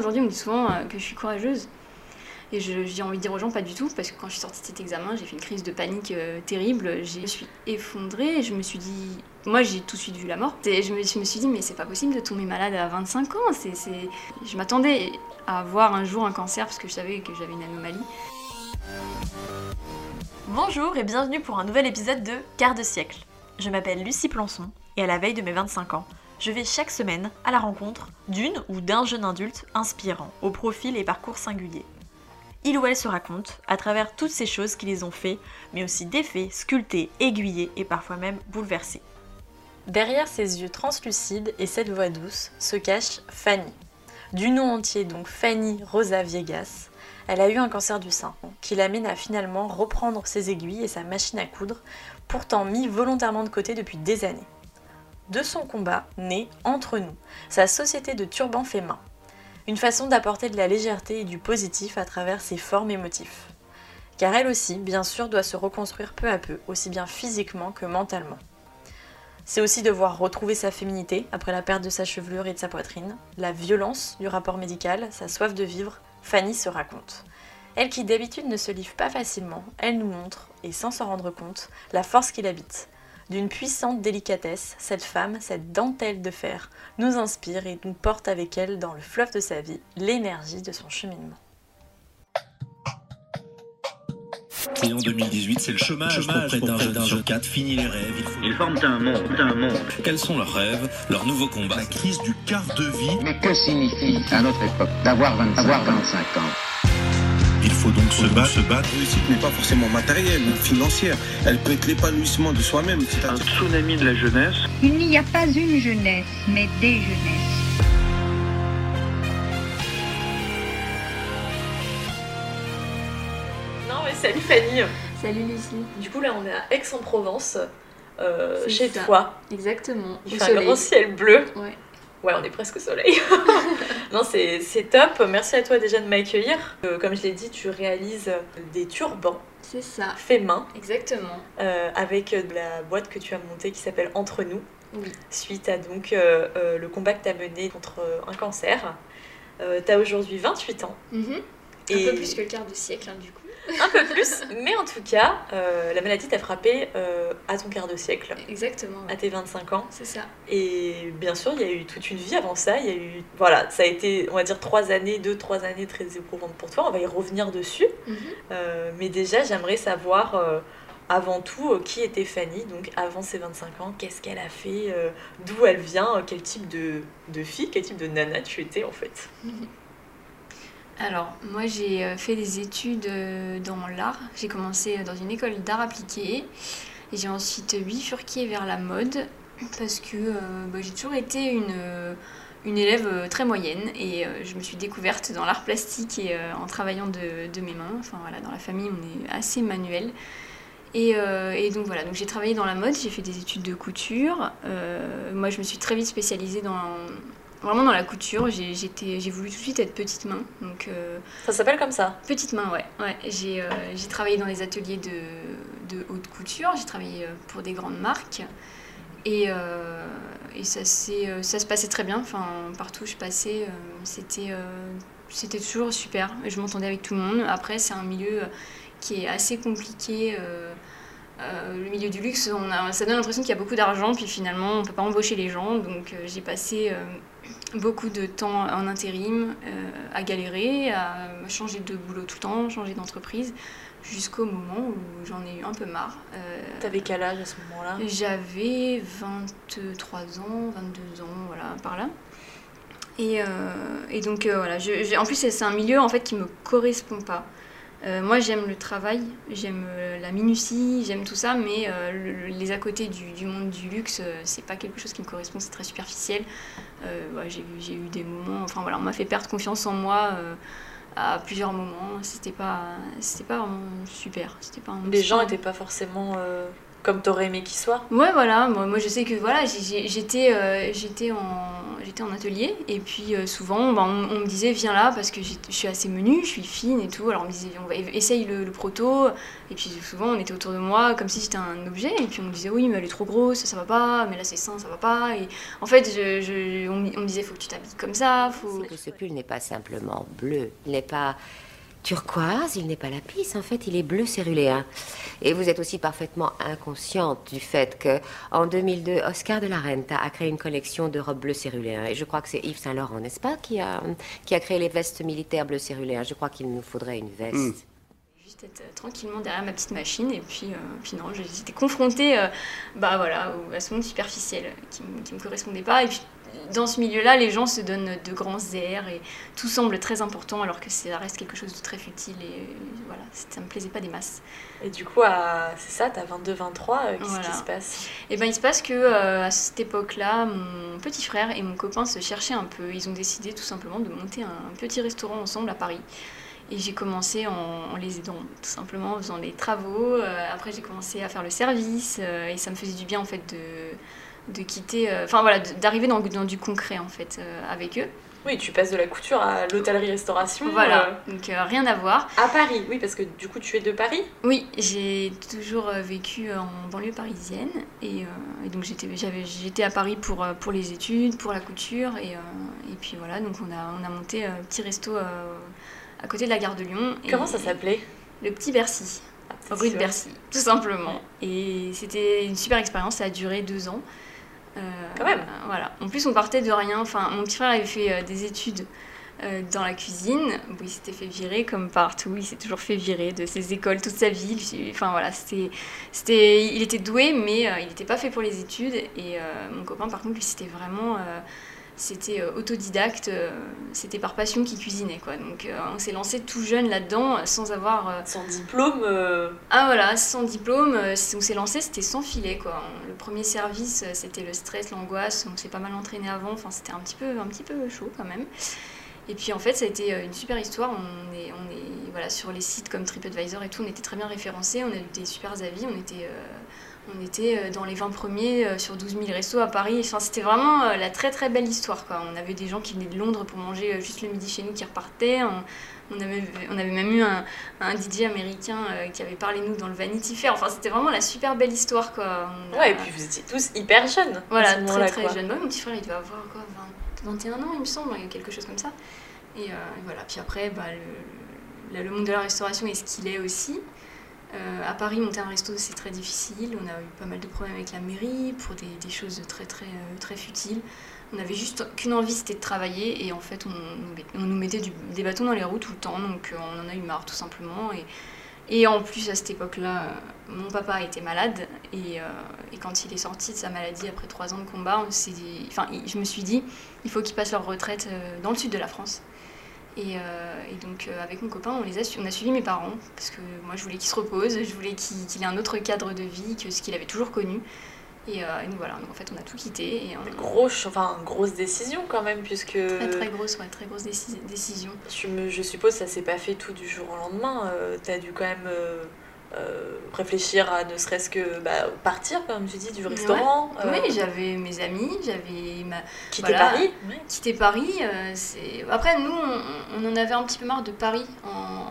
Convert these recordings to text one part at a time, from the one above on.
aujourd'hui on me dit souvent que je suis courageuse. Et j'ai envie de dire aux gens pas du tout, parce que quand je suis sortie de cet examen, j'ai fait une crise de panique terrible. Je me suis effondrée et je me suis dit... Moi j'ai tout de suite vu la mort. Et je me suis dit mais c'est pas possible de tomber malade à 25 ans. Je m'attendais à avoir un jour un cancer parce que je savais que j'avais une anomalie. Bonjour et bienvenue pour un nouvel épisode de Quart de siècle. Je m'appelle Lucie Plançon et à la veille de mes 25 ans, je vais chaque semaine à la rencontre d'une ou d'un jeune adulte inspirant, au profil et parcours singuliers. Il ou elle se raconte à travers toutes ces choses qui les ont fait, mais aussi défaits, sculptés, aiguillés et parfois même bouleversés. Derrière ses yeux translucides et cette voix douce se cache Fanny. Du nom entier donc Fanny Rosa Viegas, elle a eu un cancer du sein qui l'amène à finalement reprendre ses aiguilles et sa machine à coudre, pourtant mis volontairement de côté depuis des années. De son combat naît Entre nous, sa société de turbans fait main. Une façon d'apporter de la légèreté et du positif à travers ses formes et motifs. Car elle aussi, bien sûr, doit se reconstruire peu à peu, aussi bien physiquement que mentalement. C'est aussi devoir retrouver sa féminité après la perte de sa chevelure et de sa poitrine, la violence du rapport médical, sa soif de vivre, Fanny se raconte. Elle qui d'habitude ne se livre pas facilement, elle nous montre, et sans s'en rendre compte, la force qui l'habite. D'une puissante délicatesse, cette femme, cette dentelle de fer, nous inspire et nous porte avec elle dans le fleuve de sa vie, l'énergie de son cheminement. Et en 2018, c'est le chômage pour près d'un jeune sur 4, fini les rêves. Ils forment un monde. Quels sont leurs rêves, leurs nouveaux combats? La crise du quart de vie. Mais que signifie, à notre époque, d'avoir 25 ans? Il faut donc se battre. La réussite n'est pas forcément matérielle ou financière. Elle peut être l'épanouissement de soi-même. Un tsunami de la jeunesse. Il n'y a pas une jeunesse, mais des jeunesses. Non mais salut Fanny. Salut Lucie. Du coup là on est à Aix-en-Provence, chez ça. toi. Exactement. Il Au fait soleil. un grand ciel bleu. Ouais. Ouais, on est presque au soleil. Non, c'est top. Merci à toi déjà de m'accueillir. Comme je l'ai dit, tu réalises des turbans C'est ça. faits main Exactement. avec de la boîte que tu as montée qui s'appelle Entre nous, Oui. suite à donc le combat que tu as mené contre un cancer. Tu as aujourd'hui 28 ans. Un peu plus que le quart de siècle, hein, du coup. Un peu plus, mais en tout cas, la maladie t'a frappé à ton quart de siècle. Exactement. À tes 25 ans. C'est ça. Et bien sûr, il y a eu toute une vie avant ça. Il y a eu, voilà, ça a été, on va dire, 3 années très éprouvantes pour toi. On va y revenir dessus. Mais déjà, j'aimerais savoir, avant tout, qui était Fanny. Donc, avant ses 25 ans, qu'est-ce qu'elle a fait, d'où elle vient, quel type de fille, quel type de nana tu étais, en fait. Alors, moi j'ai fait des études dans l'art. J'ai commencé dans une école d'art appliqué et j'ai ensuite bifurqué vers la mode parce que j'ai toujours été une élève très moyenne et je me suis découverte dans l'art plastique et en travaillant de mes mains. Enfin voilà, dans la famille on est assez manuel. Et donc voilà, donc j'ai travaillé dans la mode, j'ai fait des études de couture. Moi je me suis très vite spécialisée vraiment dans la couture. J'ai voulu tout de suite être petite main. Donc, Ça s'appelle comme ça? Petite main, ouais. J'ai travaillé dans les ateliers de haute couture, j'ai travaillé pour des grandes marques. Et ça se passait très bien. Enfin, partout où je passais, c'était toujours super. Je m'entendais avec tout le monde. Après, c'est un milieu qui est assez compliqué. Le milieu du luxe, ça donne l'impression qu'il y a beaucoup d'argent, puis finalement on ne peut pas embaucher les gens. Donc j'ai passé beaucoup de temps en intérim, à galérer, à changer de boulot tout le temps, changer d'entreprise, jusqu'au moment où j'en ai eu un peu marre. T'avais quel âge à ce moment-là? J'avais 23 ans, 22 ans, voilà, par là. Et donc voilà, en plus c'est un milieu en fait qui me correspond pas. Moi j'aime le travail, j'aime la minutie, j'aime tout ça, mais les à côté du monde du luxe, c'est pas quelque chose qui me correspond, c'est très superficiel. J'ai eu des moments, enfin voilà, on m'a fait perdre confiance en moi à plusieurs moments, c'était pas vraiment super. Les gens étaient pas forcément comme t'aurais aimé qu'il soit. Ouais, voilà, moi je sais que voilà, j'étais en atelier et puis souvent on me disait viens là parce que je suis assez menue, je suis fine et tout, alors on me disait essaye le proto et puis souvent on était autour de moi comme si j'étais un objet et puis on me disait oui mais elle est trop grosse, ça va pas, mais là c'est sain, ça va pas et en fait on me disait faut que tu t'habilles comme ça, faut... Que ce pull n'est pas simplement bleu, il n'est pas turquoise, il n'est pas lapis, en fait il est bleu céruléen. Et vous êtes aussi parfaitement inconsciente du fait que en 2002, Oscar de la Renta a créé une collection de robes bleu céruléen. Et je crois que c'est Yves Saint Laurent, n'est-ce pas, qui a créé les vestes militaires bleu céruléen. Je crois qu'il nous faudrait une veste. Juste être tranquillement derrière ma petite machine et puis non, j'étais confrontée à ce monde superficiel qui me correspondait pas et puis dans ce milieu-là, les gens se donnent de grands airs et tout semble très important alors que ça reste quelque chose de très futile et voilà, ça me plaisait pas des masses. Et du coup, c'est ça, t'as 22-23, qu'est-ce qui se passe ? Et ben il se passe que à cette époque-là, mon petit frère et mon copain se cherchaient un peu. Ils ont décidé tout simplement de monter un petit restaurant ensemble à Paris. Et j'ai commencé en les aidant, tout simplement en faisant les travaux. Après j'ai commencé à faire le service et ça me faisait du bien en fait de quitter, d'arriver dans du concret en fait avec eux. Oui, tu passes de la couture à l'hôtellerie-restauration. Voilà, donc rien à voir. À Paris, oui, parce que du coup tu es de Paris ? Oui, j'ai toujours vécu en banlieue parisienne et donc j'étais à Paris pour les études, pour la couture et puis voilà, donc on a monté un petit resto à côté de la gare de Lyon. Comment ça s'appelait ? Le Petit Bercy. Rue de Bercy, tout simplement. Et c'était une super expérience, ça a duré 2 ans. Quand même. Voilà. En plus, on partait de rien. Enfin, mon petit frère avait fait des études dans la cuisine. Bon, il s'était fait virer comme partout. Il s'est toujours fait virer de ses écoles toute sa vie. Enfin voilà, il était doué, mais il n'était pas fait pour les études. Et mon copain, par contre, lui, c'était vraiment... C'était autodidacte, c'était par passion qu'il cuisinait quoi. Donc on s'est lancé tout jeune là-dedans sans avoir... Sans diplôme Ah voilà, sans diplôme, on s'est lancé, c'était sans filet quoi. Le premier service c'était le stress, l'angoisse, on s'est pas mal entraîné avant, enfin c'était un petit peu chaud quand même. Et puis en fait ça a été une super histoire, on est voilà, sur les sites comme TripAdvisor et tout, on était très bien référencés, on a eu des super avis, on était dans les 20 premiers sur 12 000 restos à Paris. Enfin, c'était vraiment la très très belle histoire, quoi. On avait des gens qui venaient de Londres pour manger juste le midi chez nous qui repartaient. On avait même eu un DJ américain qui avait parlé de nous dans le Vanity Fair. Enfin, c'était vraiment la super belle histoire, quoi. Ouais, et puis vous étiez tous hyper jeunes. Voilà, très très jeunes. Ouais, mon petit frère, il devait avoir quoi, 21 ans, il me semble, quelque chose comme ça. Et voilà, puis après, le monde de la restauration est ce qu'il est aussi. À Paris, monter un resto, c'est très difficile. On a eu pas mal de problèmes avec la mairie pour des choses très, très, très futiles. On avait juste qu'une envie, c'était de travailler. Et en fait, on nous mettait des bâtons dans les roues tout le temps. Donc, on en a eu marre, tout simplement. Et en plus, à cette époque-là, mon papa était malade. Et quand il est sorti de sa maladie, après 3 ans de combat, je me suis dit, il faut qu'ils passent leur retraite dans le sud de la France. Et donc avec mon copain on a suivi mes parents parce que moi je voulais qu'il se repose, je voulais qu'il ait un autre cadre de vie que ce qu'il avait toujours connu et donc voilà, donc en fait on a tout quitté et grosse décision quand même puisque très grosse décision. Je suppose que ça s'est pas fait tout du jour au lendemain, t'as dû quand même réfléchir à ne serait-ce que partir, comme tu dis, du restaurant. Oui, j'avais mes amis, j'avais Quitter Paris. Quitter Paris, après nous on en avait un petit peu marre de Paris en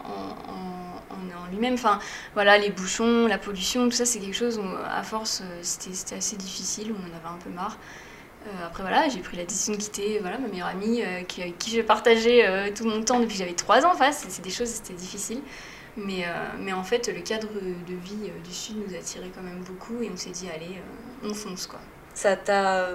lui-même. Enfin voilà, les bouchons, la pollution, tout ça c'est quelque chose où à force c'était assez difficile, on en avait un peu marre. Après voilà, j'ai pris la décision de quitter ma meilleure amie avec qui je partageais tout mon temps depuis que j'avais 3 ans. Enfin, c'est des choses, c'était difficile. Mais en fait, le cadre de vie du Sud nous attirait quand même beaucoup et on s'est dit, allez, on fonce, quoi. Ça t'a,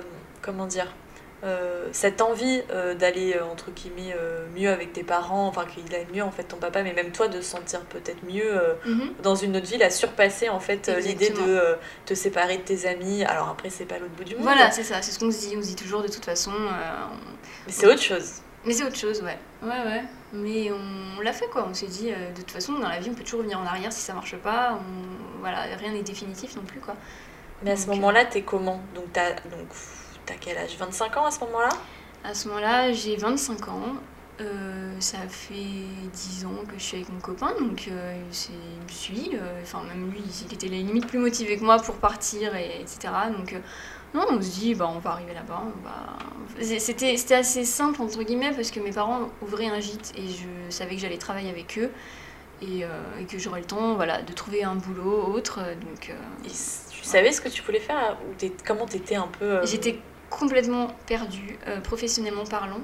cette envie d'aller, entre guillemets, mieux avec tes parents, enfin qu'il aille mieux, en fait, ton papa, mais même toi, de se sentir peut-être mieux dans une autre ville, a surpassé, en fait, l'idée de te séparer de tes amis. Alors après, c'est pas l'autre bout du monde. Voilà, c'est ça, c'est ce qu'on se dit. On se dit toujours, de toute façon... Mais c'est autre chose. Mais c'est autre chose, ouais. Ouais. Mais on l'a fait, quoi. On s'est dit, de toute façon, dans la vie, on peut toujours revenir en arrière si ça marche pas. Voilà, rien n'est définitif non plus, quoi. Mais à ce moment-là, t'es comment ? Donc, t'as quel âge ? 25 ans à ce moment-là ? À ce moment-là, j'ai 25 ans. Ça fait 10 ans que je suis avec mon copain, donc il me suit. Enfin, même lui, il était limite plus motivé que moi pour partir, etc. Donc, non, on se dit, on va arriver là-bas. C'était assez simple, entre guillemets, parce que mes parents ouvraient un gîte et je savais que j'allais travailler avec eux et que j'aurais le temps de trouver un boulot autre. Donc, et tu savais ce que tu voulais faire ou comment t'étais un peu... J'étais complètement perdue, professionnellement parlant.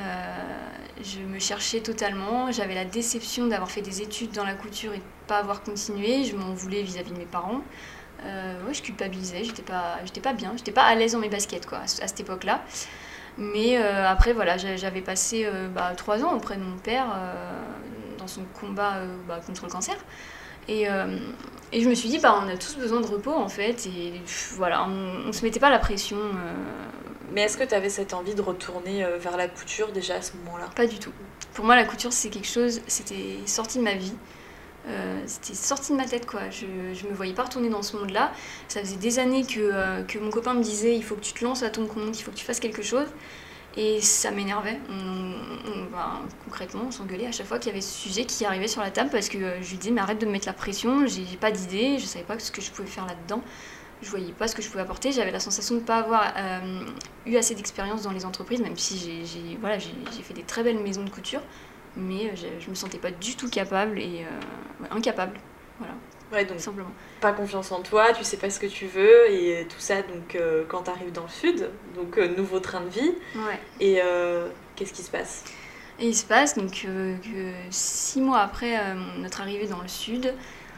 Je me cherchais totalement, j'avais la déception d'avoir fait des études dans la couture et de pas avoir continué, je m'en voulais vis-à-vis de mes parents. Je culpabilisais, j'étais pas bien, j'étais pas à l'aise dans mes baskets à cette époque-là. Mais après j'avais passé 3 ans auprès de mon père dans son combat contre le cancer. Et je me suis dit, on a tous besoin de repos en fait, et on se mettait pas la pression. Mais est-ce que tu avais cette envie de retourner vers la couture déjà à ce moment-là ? Pas du tout. Pour moi, la couture, c'est quelque chose, c'était sorti de ma vie. C'était sorti de ma tête, quoi. Je me voyais pas retourner dans ce monde-là. Ça faisait des années que mon copain me disait, il faut que tu te lances à ton compte, il faut que tu fasses quelque chose. Et ça m'énervait. Concrètement, on s'engueulait à chaque fois qu'il y avait ce sujet qui arrivait sur la table parce que je lui disais, mais arrête de me mettre la pression, j'ai pas d'idée, je savais pas ce que je pouvais faire là-dedans. Je voyais pas ce que je pouvais apporter, j'avais la sensation de ne pas avoir eu assez d'expérience dans les entreprises, même si j'ai fait des très belles maisons de couture, mais je me sentais pas du tout capable et incapable, voilà. Ouais, donc simplement. Pas confiance en toi, tu sais pas ce que tu veux et tout ça, donc quand t'arrives dans le sud, donc nouveau train de vie, ouais. Et qu'est-ce qui se passe ? Et il se passe donc que 6 mois après notre arrivée dans le sud,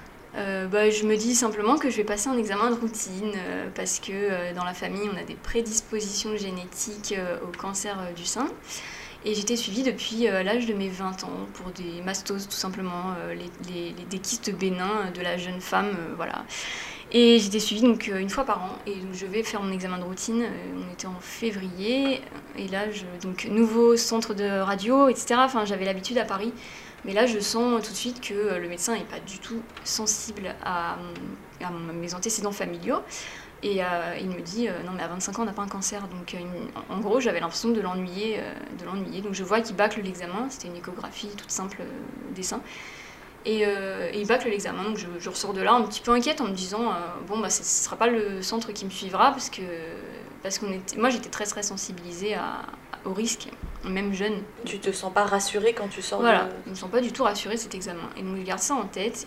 je me dis simplement que je vais passer un examen de routine parce que dans la famille on a des prédispositions génétiques au cancer du sein et j'étais suivie depuis l'âge de mes 20 ans pour des mastoses tout simplement, des kystes bénins de la jeune femme, voilà. Et j'étais suivie donc une fois par an et donc je vais faire mon examen de routine, on était en février et là donc nouveau centre de radio, etc. Enfin j'avais l'habitude à Paris. Mais là, je sens tout de suite que le médecin n'est pas du tout sensible à mes antécédents familiaux. Et il me dit non, mais à 25 ans, on n'a pas un cancer. Donc, en gros, j'avais l'impression de l'ennuyer. Donc, je vois qu'il bâcle l'examen. C'était une échographie toute simple des seins. Et il bâcle l'examen. Donc, je ressors de là un petit peu inquiète en me disant ce ne sera pas le centre qui me suivra parce que moi, j'étais très, très sensibilisée au risque, même jeune. Tu te sens pas rassurée quand tu sors Voilà, je me sens pas du tout rassurée de cet examen. Et donc je garde ça en tête.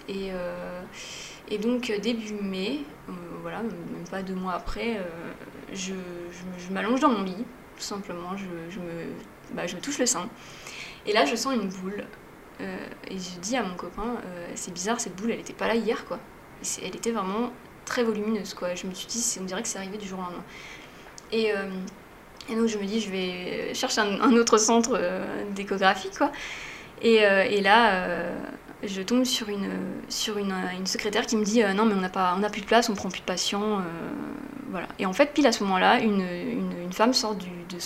Et donc début mai, même pas 2 mois après, je m'allonge dans mon lit, tout simplement. Je me touche le sein. Et là, je sens une boule. Et je dis à mon copain, c'est bizarre, cette boule, elle était pas là hier, quoi. Elle était vraiment très volumineuse, quoi. Je me suis dit, on dirait que c'est arrivé du jour au lendemain. Et donc je me dis, je vais chercher un autre centre d'échographie, quoi. Et là, je tombe sur une secrétaire qui me dit non mais on n'a plus de place, on prend plus de patients, voilà. Et en fait, pile à ce moment-là, une femme sort de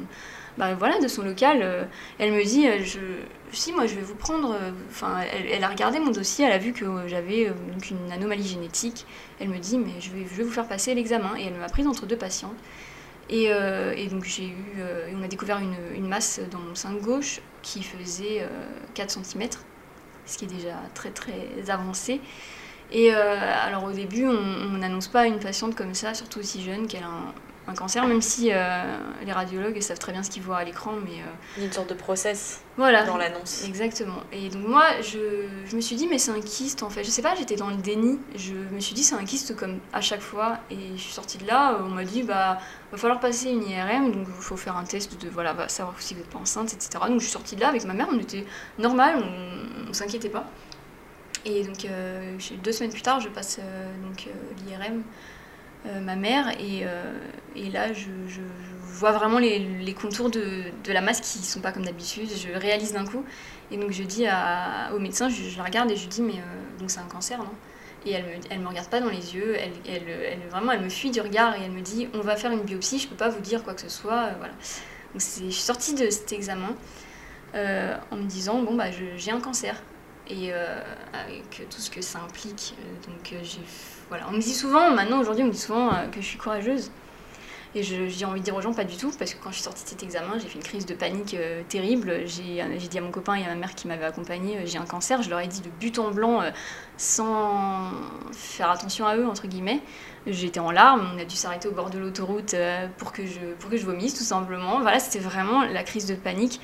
son local. Elle me dit moi je vais vous prendre. Enfin, elle a regardé mon dossier, elle a vu que j'avais donc une anomalie génétique. Elle me dit mais je vais vous faire passer l'examen. Et elle m'a prise entre 2 patients. Et donc on a découvert une masse dans mon sein gauche qui faisait 4 cm, ce qui est déjà très très avancé. Et alors au début, on n'annonce pas à une patiente comme ça, surtout aussi jeune, qu'elle a un cancer, même si les radiologues savent très bien ce qu'ils voient à l'écran. Mais il y a une sorte de process voilà, dans l'annonce. Exactement. Et donc moi, je me suis dit, mais c'est un kyste en fait. Je sais pas, j'étais dans le déni. Je me suis dit, c'est un kyste comme à chaque fois. Et je suis sortie de là, on m'a dit, va falloir passer une IRM, donc il faut faire un test de savoir si vous n'êtes pas enceinte, etc. Donc je suis sortie de là avec ma mère, on était normal, on s'inquiétait pas. Et donc 2 semaines plus tard, je passe l'IRM. Ma mère et là je vois vraiment les contours de la masse qui sont pas comme d'habitude, je réalise d'un coup et donc je dis au médecin, je la regarde et je lui dis mais donc c'est un cancer, non? Et elle me regarde pas dans les yeux, elle me fuit du regard et elle me dit on va faire une biopsie, je peux pas vous dire quoi que ce soit, voilà. Donc je suis sortie de cet examen en me disant j'ai un cancer et avec tout ce que ça implique, donc voilà. On me dit souvent, maintenant aujourd'hui on me dit souvent que je suis courageuse. Et j'ai envie de dire aux gens, pas du tout, parce que quand je suis sortie de cet examen, j'ai fait une crise de panique terrible. J'ai dit à mon copain et à ma mère qui m'avaient accompagnée, j'ai un cancer. Je leur ai dit de but en blanc, sans faire attention à eux, entre guillemets. J'étais en larmes, on a dû s'arrêter au bord de l'autoroute pour que je vomisse, tout simplement. Voilà, c'était vraiment la crise de panique.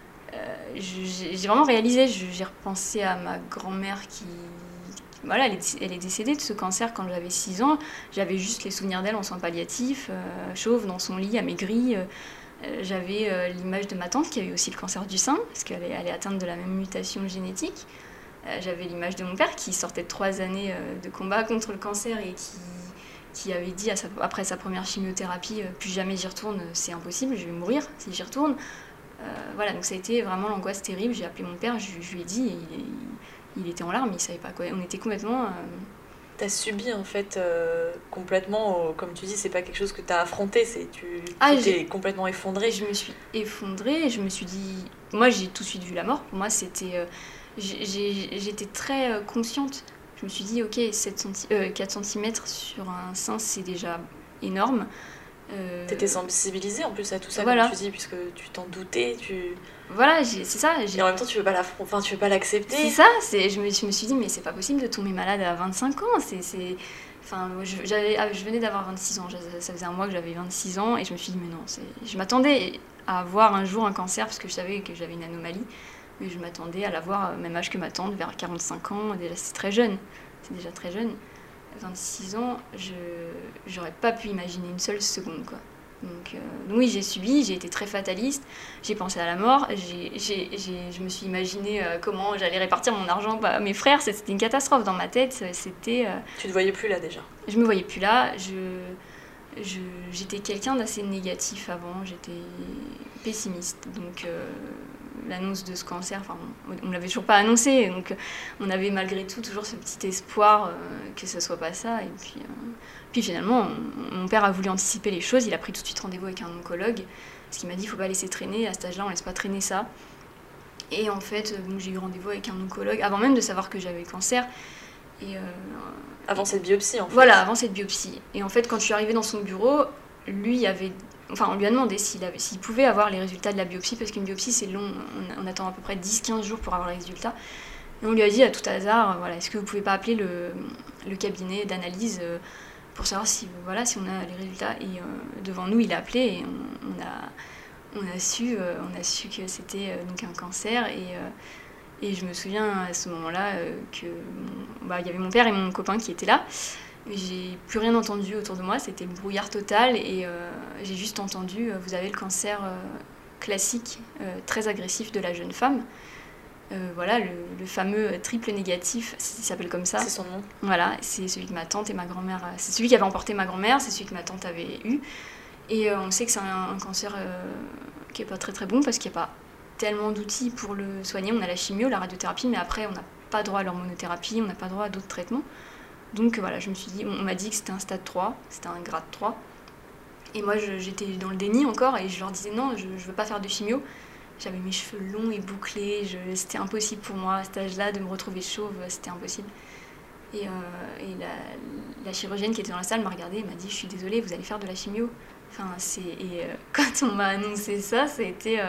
J'ai vraiment réalisé, j'ai repensé à ma grand-mère qui... Voilà, elle est décédée de ce cancer quand j'avais 6 ans. J'avais juste les souvenirs d'elle en soins palliatifs, chauve dans son lit, amaigrie. J'avais l'image de ma tante qui avait aussi le cancer du sein, parce qu'elle est atteinte de la même mutation génétique. J'avais l'image de mon père qui sortait de 3 années de combat contre le cancer et qui avait dit après sa première chimiothérapie, plus jamais j'y retourne, c'est impossible, je vais mourir si j'y retourne. Voilà, donc ça a été vraiment l'angoisse terrible. J'ai appelé mon père, je lui ai dit, et il était en larmes, il savait pas quoi. On était complètement... T'as subi en fait complètement, comme tu dis, c'est pas quelque chose que t'as affronté, tu t'es complètement effondrée. Je me suis effondrée et je me suis dit... Moi j'ai tout de suite vu la mort, pour moi c'était... j'étais très consciente. Je me suis dit, ok, 4 cm sur un sein c'est déjà énorme. T'étais sensibilisée en plus à tout ça, voilà. Comme tu dis, puisque tu t'en doutais, Voilà, c'est ça. Et en même temps, tu veux pas l'accepter. C'est ça, je me suis dit, mais c'est pas possible de tomber malade à 25 ans. Enfin, je venais d'avoir 26 ans, ça faisait un mois que j'avais 26 ans, et je me suis dit, mais non, je m'attendais à avoir un jour un cancer, parce que je savais que j'avais une anomalie, mais je m'attendais à l'avoir au même âge que ma tante, vers 45 ans, déjà c'est très jeune, c'est déjà très jeune. 26 ans, j'aurais pas pu imaginer une seule seconde, quoi. Donc oui, j'ai subi, j'ai été très fataliste, j'ai pensé à la mort, je me suis imaginé comment j'allais répartir mon argent à mes frères, c'était une catastrophe dans ma tête, c'était... Tu te voyais plus là déjà? Je me voyais plus là, j'étais quelqu'un d'assez négatif avant, j'étais pessimiste, donc... l'annonce de ce cancer, enfin, on ne l'avait toujours pas annoncé, donc on avait malgré tout toujours ce petit espoir que ce soit pas ça. Et puis finalement, mon père a voulu anticiper les choses, il a pris tout de suite rendez-vous avec un oncologue, parce qu'il m'a dit il ne faut pas laisser traîner, à cet âge-là on ne laisse pas traîner ça. Et en fait, j'ai eu rendez-vous avec un oncologue, avant même de savoir que j'avais le cancer. Avant cette biopsie en fait. Voilà, avant cette biopsie. Et en fait, quand je suis arrivée dans son bureau, lui avait... Enfin, on lui a demandé s'il pouvait avoir les résultats de la biopsie, parce qu'une biopsie, c'est long, on attend à peu près 10-15 jours pour avoir les résultats. Et on lui a dit à tout hasard, voilà, est-ce que vous pouvez pas appeler le cabinet d'analyse pour savoir si on a les résultats. Et devant nous, il a appelé et on a su que c'était donc un cancer. Et je me souviens à ce moment-là qu'il y avait mon père et mon copain qui étaient là. J'ai plus rien entendu autour de moi, c'était le brouillard total et j'ai juste entendu vous avez le cancer classique, très agressif de la jeune femme. Voilà, le fameux triple négatif, il s'appelle comme ça. C'est son nom. Voilà, c'est celui que ma tante et ma grand-mère, c'est celui qui avait emporté ma grand-mère, c'est celui que ma tante avait eu. Et on sait que c'est un cancer qui est pas très très bon parce qu'il n'y a pas tellement d'outils pour le soigner. On a la chimio, la radiothérapie, mais après on n'a pas droit à l'hormonothérapie, on n'a pas droit à d'autres traitements. Donc voilà, je me suis dit, on m'a dit que c'était un stade 3, c'était un grade 3. Et moi, j'étais dans le déni encore et je leur disais non, je veux pas faire de chimio. J'avais mes cheveux longs et bouclés, c'était impossible pour moi à cet âge-là de me retrouver chauve, c'était impossible. Et la chirurgienne qui était dans la salle m'a regardée et m'a dit, je suis désolée, vous allez faire de la chimio. Enfin, quand on m'a annoncé ça, ça a été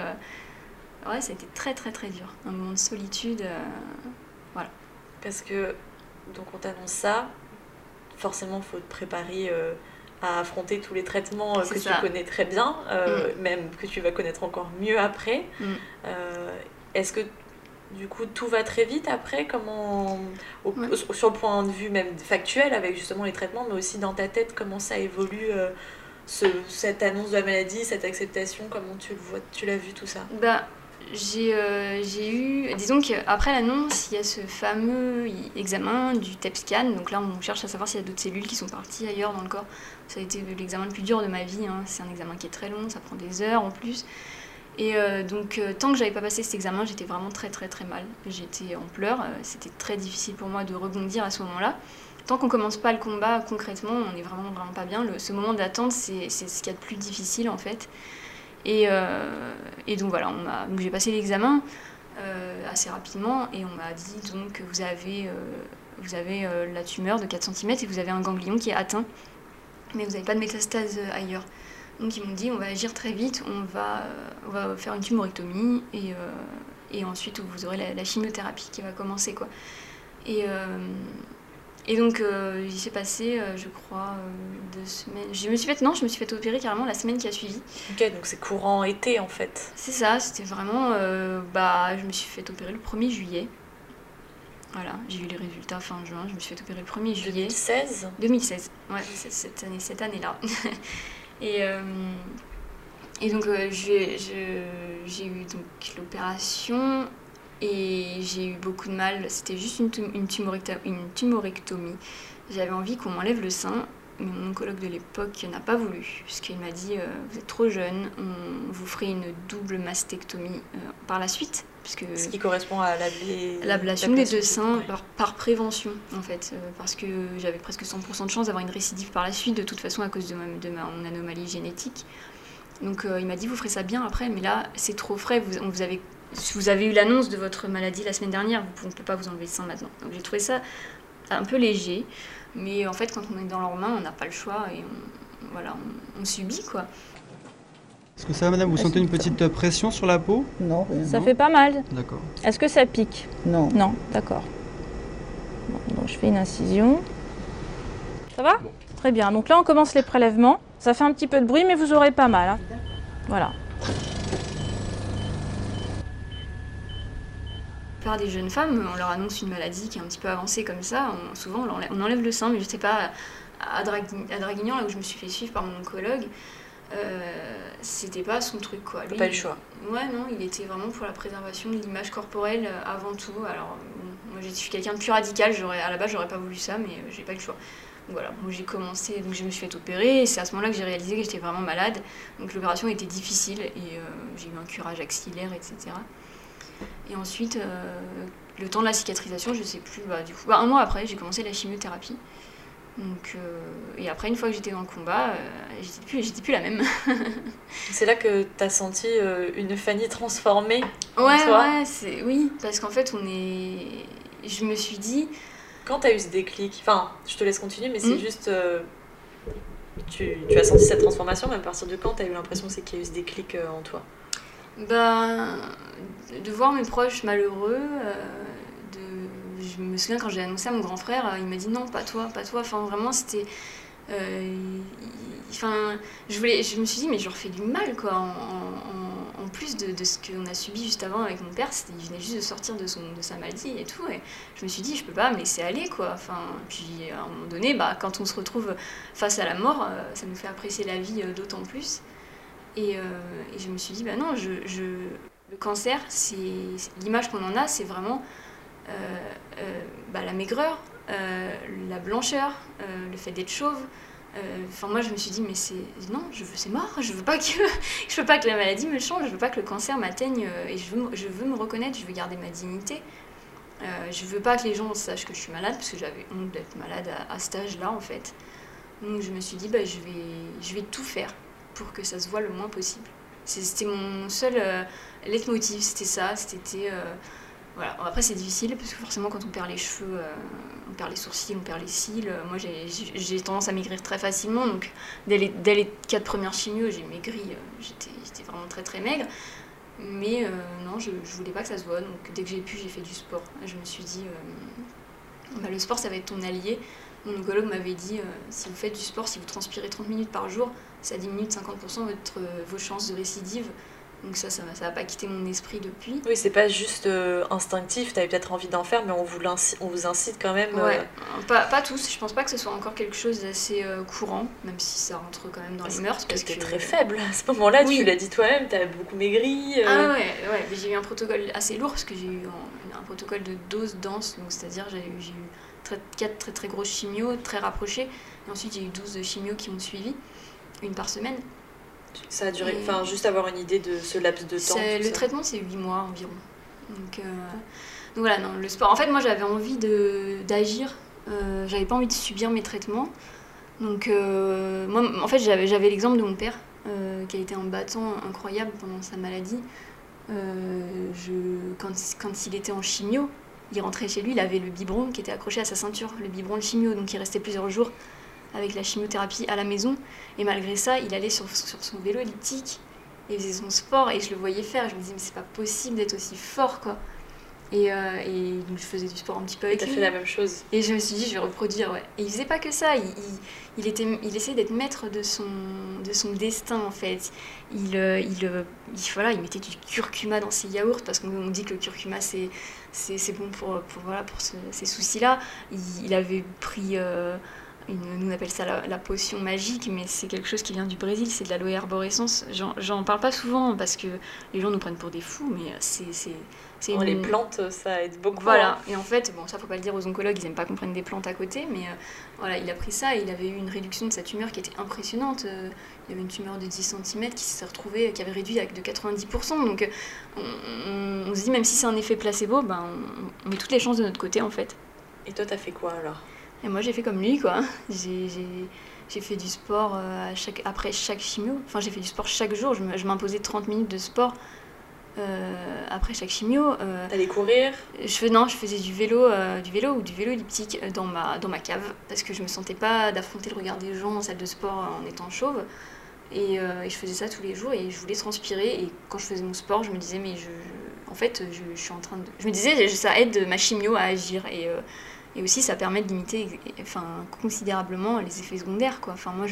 très très très dur. Un moment de solitude, voilà. Parce que donc on t'annonce ça, forcément il faut te préparer à affronter tous les traitements que tu connais très bien, même que tu vas connaître encore mieux après. Est-ce que du coup tout va très vite après, sur le point de vue même factuel avec justement les traitements, mais aussi dans ta tête, comment ça évolue cette annonce de la maladie, cette acceptation, comment tu le vois, tu l'as vu tout ça? J'ai eu, disons qu'après l'annonce, il y a ce fameux examen du TEP scan. Donc là, on cherche à savoir s'il y a d'autres cellules qui sont parties ailleurs dans le corps. Ça a été l'examen le plus dur de ma vie. C'est un examen qui est très long, ça prend des heures en plus. Et donc, tant que j'avais pas passé cet examen, j'étais vraiment très très très mal. J'étais en pleurs. C'était très difficile pour moi de rebondir à ce moment-là. Tant qu'on commence pas le combat concrètement, on est vraiment vraiment pas bien. Ce moment d'attente, c'est ce qu'il y a de plus difficile en fait. Et donc voilà, donc j'ai passé l'examen assez rapidement et on m'a dit donc que vous avez la tumeur de 4 cm et vous avez un ganglion qui est atteint, mais vous n'avez pas de métastase ailleurs. Donc ils m'ont dit on va agir très vite, on va faire une tumorectomie et ensuite vous aurez la chimiothérapie qui va commencer quoi. Et donc il s'est passé je crois 2 semaines. Je me suis fait opérer carrément la semaine qui a suivi. Ok, donc c'est courant été en fait. C'est ça, c'était vraiment je me suis fait opérer le 1er juillet. Voilà, j'ai eu les résultats fin juin, je me suis fait opérer le 1er juillet. 2016, ouais, cette année-là. Et donc j'ai eu donc l'opération et j'ai eu beaucoup de mal. C'était juste une tumorectomie. J'avais envie qu'on m'enlève le sein, mais mon oncologue de l'époque n'a pas voulu, puisqu'il m'a dit vous êtes trop jeune, on vous ferait une double mastectomie par la suite. Ce qui correspond à l'ablation des 2 seins par prévention en fait, parce que j'avais presque 100% de chance d'avoir une récidive par la suite de toute façon à cause de mon anomalie génétique. Donc il m'a dit vous ferez ça bien après, mais là c'est trop frais, vous avez eu l'annonce de votre maladie la semaine dernière, on ne peut pas vous enlever le sein maintenant. Donc j'ai trouvé ça un peu léger, mais en fait quand on est dans leurs mains on n'a pas le choix et on subit quoi. Est-ce que ça va, madame? Vous sentez une petite pression sur la peau? Non, rien. Ça fait pas mal. D'accord. Est-ce que ça pique? Non. Non, d'accord. Bon, donc je fais une incision. Ça va? Bon. Très bien. Donc là, on commence les prélèvements. Ça fait un petit peu de bruit, mais vous aurez pas mal. Hein. Voilà. La plupart des jeunes femmes, on leur annonce une maladie qui est un petit peu avancée comme ça. Souvent, on enlève le sein, mais je sais pas, à Draguignan, là où je me suis fait suivre par mon oncologue, c'était pas son truc quoi. Lui, pas le choix. Ouais non, il était vraiment pour la préservation de l'image corporelle avant tout. Alors moi je suis quelqu'un de plus radical, à la base j'aurais pas voulu ça, mais j'ai pas eu le choix. Donc voilà, moi j'ai commencé, donc je me suis fait opérer et c'est à ce moment-là que j'ai réalisé que j'étais vraiment malade. Donc l'opération était difficile et j'ai eu un curage axillaire, etc. Et ensuite, le temps de la cicatrisation, je sais plus, du coup, 1 mois après j'ai commencé la chimiothérapie. Donc, et après, une fois que j'étais dans le combat, j'étais plus la même. C'est là que t'as senti une Fanny transformée en toi. Ouais, oui, parce qu'en fait, je me suis dit... Quand t'as eu ce déclic, enfin, je te laisse continuer, mais c'est juste... Tu as senti cette transformation, mais à partir de quand t'as eu l'impression qu'il y a eu ce déclic en toi? De voir mes proches malheureux... Je me souviens quand j'ai annoncé à mon grand frère, il m'a dit non, pas toi. Enfin, vraiment, c'était. Je me suis dit, mais je leur fais du mal, quoi. En plus de ce qu'on a subi juste avant avec mon père, il venait juste de sortir de sa maladie et tout. Et je me suis dit, je peux pas me laisser aller, quoi. Enfin, puis à un moment donné, quand on se retrouve face à la mort, ça nous fait apprécier la vie d'autant plus. Et je me suis dit, non, le cancer, c'est l'image qu'on en a, c'est vraiment. La maigreur, la blancheur, le fait d'être chauve. Moi je me suis dit mais c'est mort, je veux pas que la maladie me change, je veux pas que le cancer m'atteigne et je veux me reconnaître, je veux garder ma dignité. Je veux pas que les gens sachent que je suis malade parce que j'avais honte d'être malade à cet âge-là en fait. Donc je me suis dit je vais tout faire pour que ça se voit le moins possible. C'était mon seul leitmotiv, c'était ça, voilà. Après c'est difficile parce que forcément quand on perd les cheveux, on perd les sourcils, on perd les cils. Moi j'ai tendance à maigrir très facilement, donc dès les 4 premières chimios j'ai maigri, j'étais vraiment très très maigre. Mais non, je voulais pas que ça se voie, donc dès que j'ai pu j'ai fait du sport. Je me suis dit le sport ça va être ton allié. Mon oncologue m'avait dit si vous faites du sport, si vous transpirez 30 minutes par jour, ça diminue de 50% vos chances de récidive. Donc ça va pas quitter mon esprit depuis. Oui, c'est pas juste instinctif, t'avais peut-être envie d'en faire, mais on vous incite quand même. Ouais, pas tous, je pense pas que ce soit encore quelque chose d'assez courant, même si ça rentre quand même dans les mœurs. Parce que t'es très faible à ce moment-là, oui. Tu l'as dit toi-même, t'as beaucoup maigri. Ah ouais, mais j'ai eu un protocole assez lourd parce que j'ai eu un protocole de dose dense, donc c'est-à-dire j'ai eu 4 très très grosses chimios, très rapprochées, et ensuite j'ai eu 12 chimios qui ont suivi, 1 par semaine. Ça a duré, juste avoir une idée de ce laps de temps. Le traitement, c'est 8 mois environ. Donc voilà, non, le sport. En fait, moi, j'avais envie d'agir. J'avais pas envie de subir mes traitements. Donc, moi, en fait, j'avais l'exemple de mon père, qui a été un battant incroyable pendant sa maladie. Quand il était en chimio, il rentrait chez lui, il avait le biberon qui était accroché à sa ceinture, le biberon de chimio, donc il restait plusieurs jours avec la chimiothérapie à la maison. Et malgré ça, il allait sur son vélo elliptique, et il faisait son sport, et je le voyais faire. Je me disais, mais c'est pas possible d'être aussi fort, quoi. Et donc je faisais du sport un petit peu avec lui. T'as fait la même chose. Et je me suis dit, je vais reproduire, ouais. Et il faisait pas que ça, il essayait d'être maître de son destin, en fait. Il mettait du curcuma dans ses yaourts, parce qu'on dit que le curcuma, c'est bon pour ces soucis-là. Il avait pris... nous on appelle ça la potion magique, mais c'est quelque chose qui vient du Brésil, c'est de l'aloe arborescens. J'en parle pas souvent parce que les gens nous prennent pour des fous, mais les plantes, ça aide beaucoup. Voilà, et en fait, bon, ça faut pas le dire aux oncologues, ils aiment pas qu'on prenne des plantes à côté, mais voilà, il a pris ça et il avait eu une réduction de sa tumeur qui était impressionnante. Il y avait une tumeur de 10 cm qui s'est retrouvée, qui avait réduit de 90%. Donc on se dit, même si c'est un effet placebo, on met toutes les chances de notre côté en fait. Et toi, t'as fait quoi alors ? Et moi j'ai fait comme lui, quoi. J'ai fait du sport après chaque chimio. Enfin, j'ai fait du sport chaque jour. Je m'imposais 30 minutes de sport après chaque chimio. T'allais courir ? Non, je faisais du vélo ou du vélo elliptique dans ma cave, parce que je me sentais pas d'affronter le regard des gens en salle de sport en étant chauve. Et je faisais ça tous les jours et je voulais transpirer. Et quand je faisais mon sport, je me disais, mais je suis en train de... Je me disais, ça aide ma chimio à agir. Et aussi, ça permet de limiter considérablement les effets secondaires, quoi. Enfin, moi,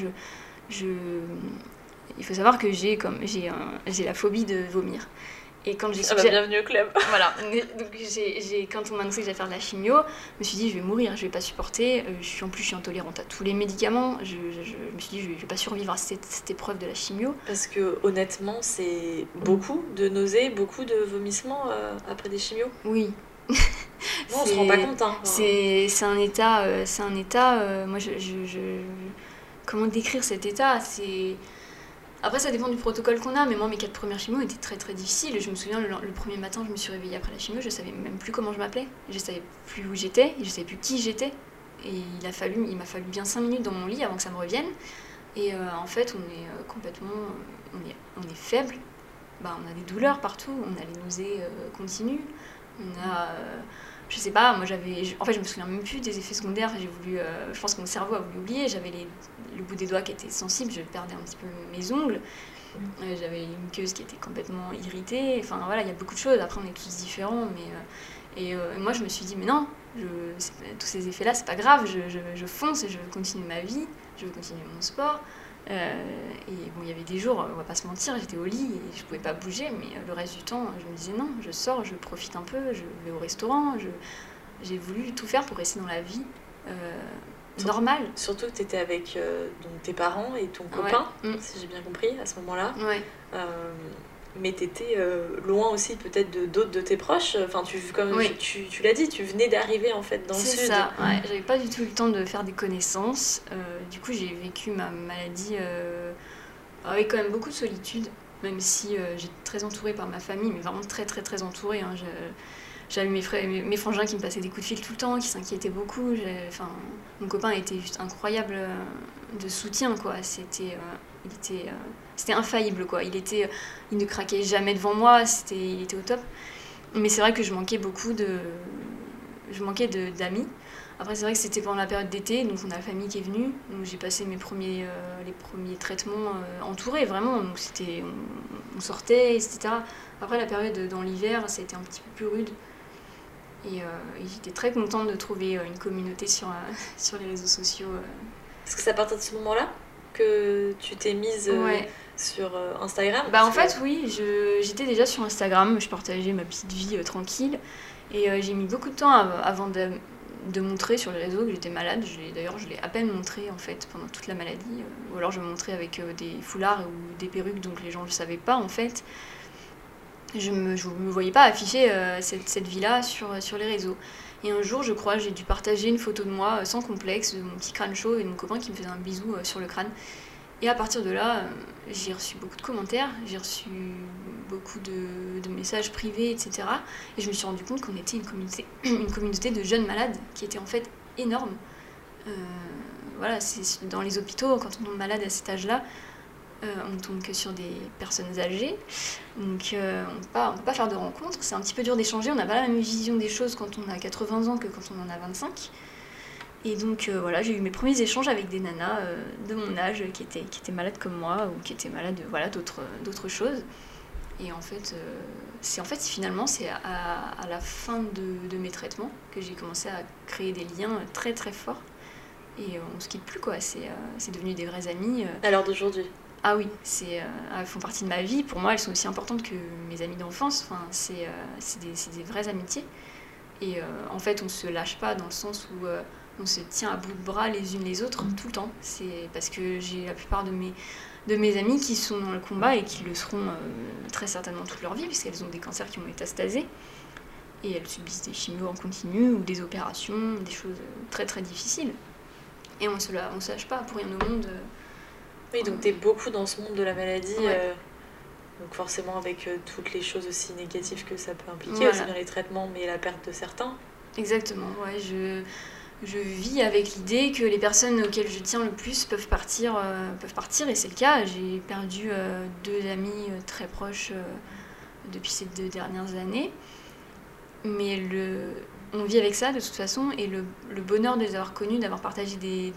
il faut savoir que j'ai la phobie de vomir. Et quand bienvenue au club. Voilà. Donc, quand on m'a annoncé que j'allais faire de la chimio, je me suis dit, je vais mourir, je vais pas supporter. En plus, je suis intolérante à tous les médicaments. Je me suis dit, je vais pas survivre à cette épreuve de la chimio. Parce que, honnêtement, c'est beaucoup de nausées, beaucoup de vomissements après des chimios. Oui. Non, on se rend pas compte. Hein. C'est un état. Moi, comment décrire cet état ? Après, ça dépend du protocole qu'on a, mais moi, mes 4 premières chimios étaient très très difficiles. Je me souviens, le premier matin, je me suis réveillée après la chimio, je savais même plus comment je m'appelais, je savais plus où j'étais, je savais plus qui j'étais. Et il m'a fallu bien 5 minutes dans mon lit avant que ça me revienne. Et en fait, on est complètement. On est faible, on a des douleurs partout, on a les nausées continues. On a, je sais pas, moi je me souviens même plus des effets secondaires. Je pense que mon cerveau a voulu oublier. J'avais le bout des doigts qui était sensible, je perdais un petit peu mes ongles. J'avais une muqueuse qui était complètement irritée. Enfin voilà, il y a beaucoup de choses. Après, on est tous différents, et moi je me suis dit, mais non, tous ces effets-là, c'est pas grave. Je fonce et je veux continuer ma vie, je veux continuer mon sport. Et bon, il y avait des jours, on va pas se mentir, j'étais au lit et je pouvais pas bouger, mais le reste du temps, je me disais non, je sors, je profite un peu, je vais au restaurant, j'ai voulu tout faire pour rester dans la vie normale. Surtout que tu étais avec donc tes parents et ton copain, si j'ai bien compris, à ce moment-là. Ouais. Mais t'étais loin aussi peut-être d'autres de tes proches. Enfin, tu l'as dit, tu venais d'arriver en fait dans le sud. C'est ça, ouais. J'avais pas du tout eu le temps de faire des connaissances. Du coup, j'ai vécu ma maladie avec quand même beaucoup de solitude, même si j'étais très entourée par ma famille, mais vraiment très très très entourée. Hein. J'avais mes frangins qui me passaient des coups de fil tout le temps, qui s'inquiétaient beaucoup. Mon copain était juste incroyable de soutien, quoi. C'était infaillible, quoi. Il ne craquait jamais devant moi, il était au top. Mais c'est vrai que je manquais d'amis. Après, c'est vrai que c'était pendant la période d'été, donc on a la famille qui est venue. Donc j'ai passé les premiers traitements entourés, vraiment. Donc on sortait, etc. Après, la période dans l'hiver, ça a été un petit peu plus rude. Et j'étais très contente de trouver une communauté sur les réseaux sociaux. Est-ce que c'est à partir de ce moment-là que tu t'es mise sur Instagram ? En fait, oui, j'étais déjà sur Instagram, je partageais ma petite vie tranquille. Et j'ai mis beaucoup de temps avant de montrer sur les réseaux que j'étais malade. D'ailleurs, je l'ai à peine montré en fait pendant toute la maladie. Ou alors je me montrais avec des foulards ou des perruques, donc les gens ne le savaient pas en fait. Je me voyais pas afficher cette vie-là sur les réseaux. Et un jour, je crois, j'ai dû partager une photo de moi sans complexe, de mon petit crâne chaud et de mon copain qui me faisait un bisou sur le crâne. Et à partir de là, j'ai reçu beaucoup de commentaires, j'ai reçu beaucoup de messages privés, etc. Et je me suis rendu compte qu'on était une communauté de jeunes malades qui était en fait énorme. Voilà, c'est dans les hôpitaux, quand on tombe malade à cet âge-là, on ne tombe que sur des personnes âgées, donc on ne peut pas faire de rencontres, c'est un petit peu dur d'échanger, on n'a pas la même vision des choses quand on a 80 ans que quand on en a 25. Et donc voilà, j'ai eu mes premiers échanges avec des nanas de mon âge qui étaient malades comme moi ou qui étaient malades d'autres choses. Et en fait, finalement, c'est à la fin de mes traitements que j'ai commencé à créer des liens très très forts. Et on se quitte plus, quoi. C'est devenu des vraies amies. À l'heure d'aujourd'hui? Ah oui, elles font partie de ma vie. Pour moi, elles sont aussi importantes que mes amies d'enfance. Enfin, c'est des vraies amitiés. Et en fait, on se lâche pas dans le sens où on se tient à bout de bras les unes les autres tout le temps. C'est parce que j'ai la plupart de mes amies qui sont dans le combat et qui le seront très certainement toute leur vie, puisqu'elles ont des cancers qui ont métastasé. Et elles subissent des chimios en continu ou des opérations, des choses très très difficiles. Et on se lâche pas pour rien au monde. Oui, donc t'es beaucoup dans ce monde de la maladie, ouais. Donc forcément avec toutes les choses aussi négatives que ça peut impliquer, voilà. Aussi bien les traitements, mais la perte de certains. Exactement, ouais, je vis avec l'idée que les personnes auxquelles je tiens le plus peuvent partir et c'est le cas. J'ai perdu 2 amis très proches depuis ces 2 dernières années. Mais on vit avec ça de toute façon, et le bonheur de les avoir connus, d'avoir partagé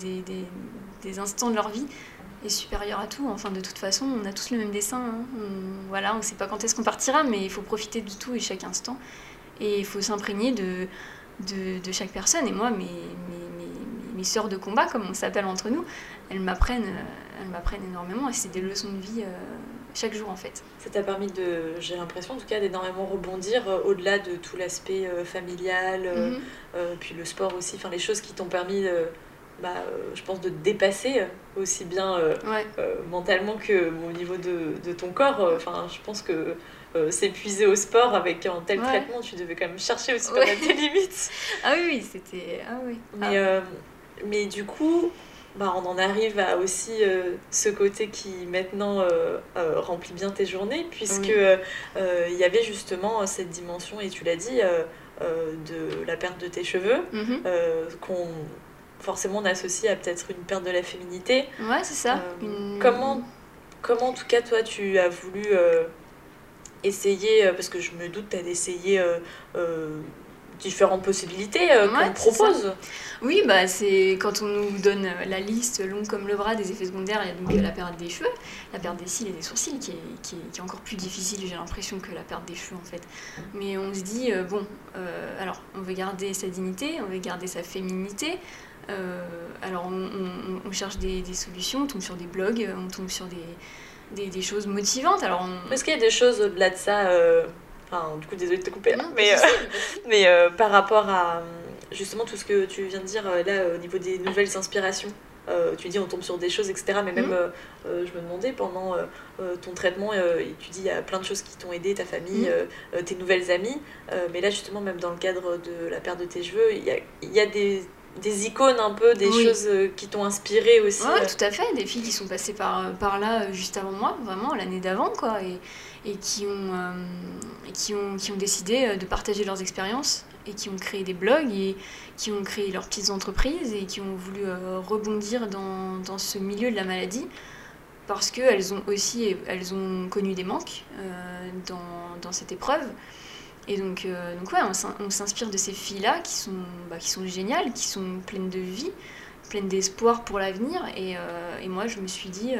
des instants de leur vie est supérieur à tout. Enfin, de toute façon, on a tous le même destin. Hein. On ne sait pas quand est-ce qu'on partira, mais il faut profiter de tout et chaque instant. Et il faut s'imprégner de chaque personne. Et moi, mes sœurs de combat, comme on s'appelle entre nous, elles m'apprennent énormément, et c'est des leçons de vie chaque jour en fait. Ça t'a permis j'ai l'impression en tout cas, d'énormément rebondir au-delà de tout l'aspect familial, puis le sport aussi, enfin les choses qui t'ont permis je pense de te dépasser aussi bien mentalement que au niveau de ton corps. Enfin, je pense que s'épuiser au sport avec un tel traitement, tu devais quand même chercher aussi pas mal tes limites. Ah oui, c'était... Ah oui. Mais du coup, on en arrive à aussi ce côté qui maintenant remplit bien tes journées, puisque il y avait justement cette dimension, et tu l'as dit, de la perte de tes cheveux, qu'on forcément on associe à peut-être une perte de la féminité. Ouais, c'est ça. Comment en tout cas toi tu as voulu essayer, parce que je me doute tu as essayé différentes possibilités qu'on propose. Oui, c'est quand on nous donne la liste longue comme le bras des effets secondaires. Il y a donc la perte des cheveux, la perte des cils et des sourcils qui est encore plus difficile, j'ai l'impression, que la perte des cheveux en fait. Mais on se dit, alors on veut garder sa dignité, on veut garder sa féminité. Alors on cherche des solutions, on tombe sur des blogs, on tombe sur des choses motivantes. Alors Est-ce qu'il y a des choses au-delà de ça Enfin, du coup, désolée de te couper, mais par rapport à justement tout ce que tu viens de dire là au niveau des nouvelles inspirations, tu dis on tombe sur des choses, etc. Mais même, je me demandais, pendant ton traitement, tu dis il y a plein de choses qui t'ont aidé, ta famille, tes nouvelles amies, mais là justement, même dans le cadre de la perte de tes cheveux, il y a des icônes un peu, des choses qui t'ont inspiré aussi. Ouais, tout à fait, des filles qui sont passées par là juste avant moi, vraiment l'année d'avant, quoi, et qui ont décidé de partager leurs expériences, et qui ont créé des blogs, et qui ont créé leurs petites entreprises, et qui ont voulu rebondir dans ce milieu de la maladie, parce qu'elles ont connu des manques dans cette épreuve. Et donc on s'inspire de ces filles-là qui sont géniales, qui sont pleines de vie, pleines d'espoir pour l'avenir. Et moi, je me suis dit,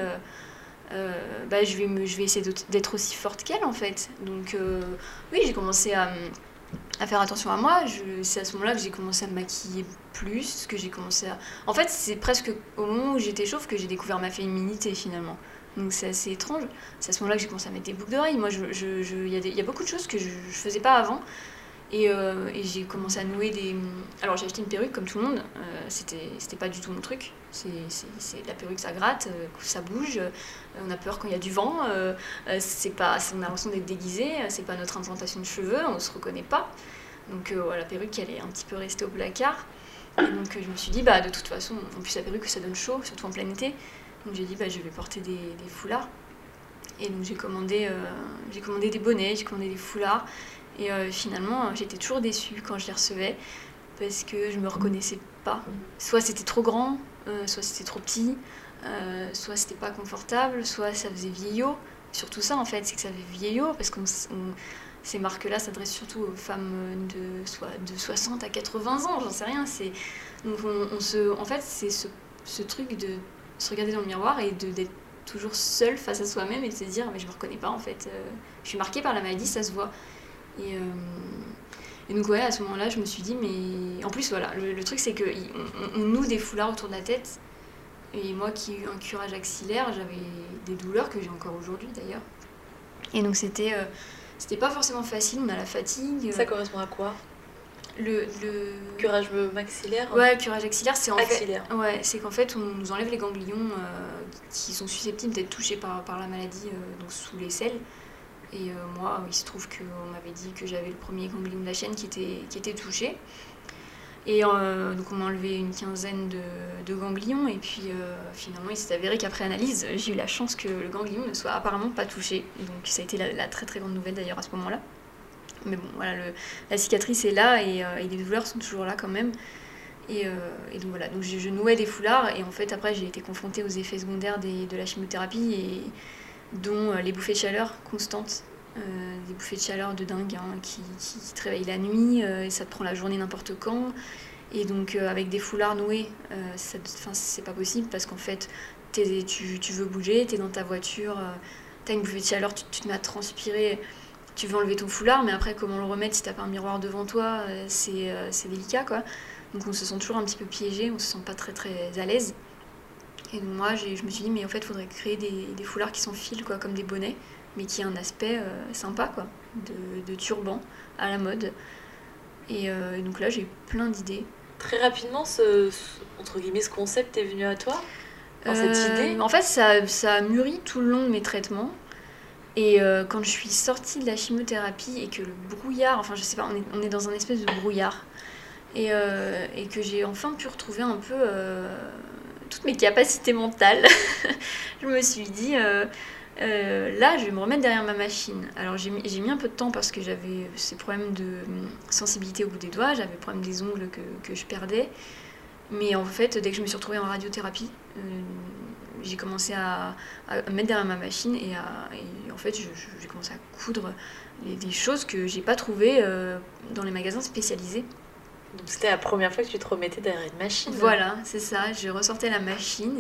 je vais essayer d'être aussi forte qu'elles, en fait. Donc oui, j'ai commencé à faire attention à moi. C'est à ce moment-là que j'ai commencé à me maquiller plus, que j'ai commencé à... En fait, c'est presque au moment où j'étais chauve que j'ai découvert ma féminité, finalement. Donc c'est assez étrange. C'est à ce moment-là que j'ai commencé à mettre des boucles d'oreilles. Moi, il y a beaucoup de choses que je faisais pas avant. Et j'ai commencé à nouer des... Alors j'ai acheté une perruque comme tout le monde. C'était pas du tout mon truc. C'est la perruque, ça gratte, ça bouge. On a peur quand il y a du vent. On a l'impression d'être déguisé. C'est pas notre implantation de cheveux. On se reconnaît pas. Donc la perruque, elle est un petit peu restée au placard. Et donc je me suis dit, de toute façon, en plus la perruque, ça donne chaud, surtout en plein été. Donc j'ai dit, je vais porter des foulards. Et donc j'ai commandé des bonnets, j'ai commandé des foulards. Et finalement, j'étais toujours déçue quand je les recevais, parce que je me reconnaissais pas. Soit c'était trop grand, soit c'était trop petit, soit c'était pas confortable, soit ça faisait vieillot. Surtout ça, en fait, c'est que ça fait vieillot, parce ces marques-là s'adressent surtout aux femmes de 60 à 80 ans, j'en sais rien. Donc en fait, c'est ce truc de se regarder dans le miroir et d'être toujours seule face à soi-même et de se dire mais je me reconnais pas en fait, je suis marquée par la maladie, ça se voit. Et donc ouais, à ce moment-là, je me suis dit mais en plus voilà, le truc c'est que on noue des foulards autour de la tête et moi qui ai eu un curage axillaire, j'avais des douleurs que j'ai encore aujourd'hui d'ailleurs. Et donc c'était pas forcément facile, on a la fatigue. Ça correspond à quoi ? Le curage maxillaire. Ouais, le curage axillaire, c'est axillaire. C'est qu'en fait, on nous enlève les ganglions qui sont susceptibles d'être touchés par la maladie, donc sous l'aisselle. Et moi, il se trouve qu'on m'avait dit que j'avais le premier ganglion de la chaîne qui était touché. Et donc on m'a enlevé une quinzaine de ganglions. Et puis finalement, il s'est avéré qu'après analyse, j'ai eu la chance que le ganglion ne soit apparemment pas touché. Donc ça a été la très très grande nouvelle d'ailleurs à ce moment-là. Mais bon, voilà, la cicatrice est là et les douleurs sont toujours là quand même. Et donc voilà, donc je nouais des foulards et en fait après j'ai été confrontée aux effets secondaires de la chimiothérapie et dont les bouffées de chaleur constantes, des bouffées de chaleur de dingue qui te réveillent la nuit et ça te prend la journée n'importe quand. Et donc avec des foulards noués, c'est pas possible parce qu'en fait tu veux bouger, t'es dans ta voiture, t'as une bouffée de chaleur, tu te mets à transpirer. Tu veux enlever ton foulard, mais après, comment le remettre si t'as pas un miroir devant toi, c'est délicat, quoi. Donc on se sent toujours un petit peu piégé, on se sent pas très très à l'aise. Et donc moi, je me suis dit, mais en fait, il faudrait créer des foulards qui s'enfilent, quoi, comme des bonnets, mais qui aient un aspect sympa, quoi, de turban à la mode. Et donc là, j'ai plein d'idées. Très rapidement, entre guillemets, ce concept est venu à toi, cette idée. En fait, ça a mûri tout le long de mes traitements. Et quand je suis sortie de la chimiothérapie et que le brouillard, enfin je sais pas, on est dans un espèce de brouillard, et que j'ai enfin pu retrouver un peu toutes mes capacités mentales, je me suis dit, là je vais me remettre derrière ma machine. Alors j'ai mis un peu de temps parce que j'avais ces problèmes de sensibilité au bout des doigts, j'avais le problème des ongles que je perdais, mais en fait dès que je me suis retrouvée en radiothérapie, j'ai commencé à me mettre derrière ma machine et en fait j'ai commencé à coudre des choses que j'ai pas trouvées dans les magasins spécialisés. Donc c'était la première fois que tu te remettais derrière une machine. Voilà, c'est ça, je ressortais la machine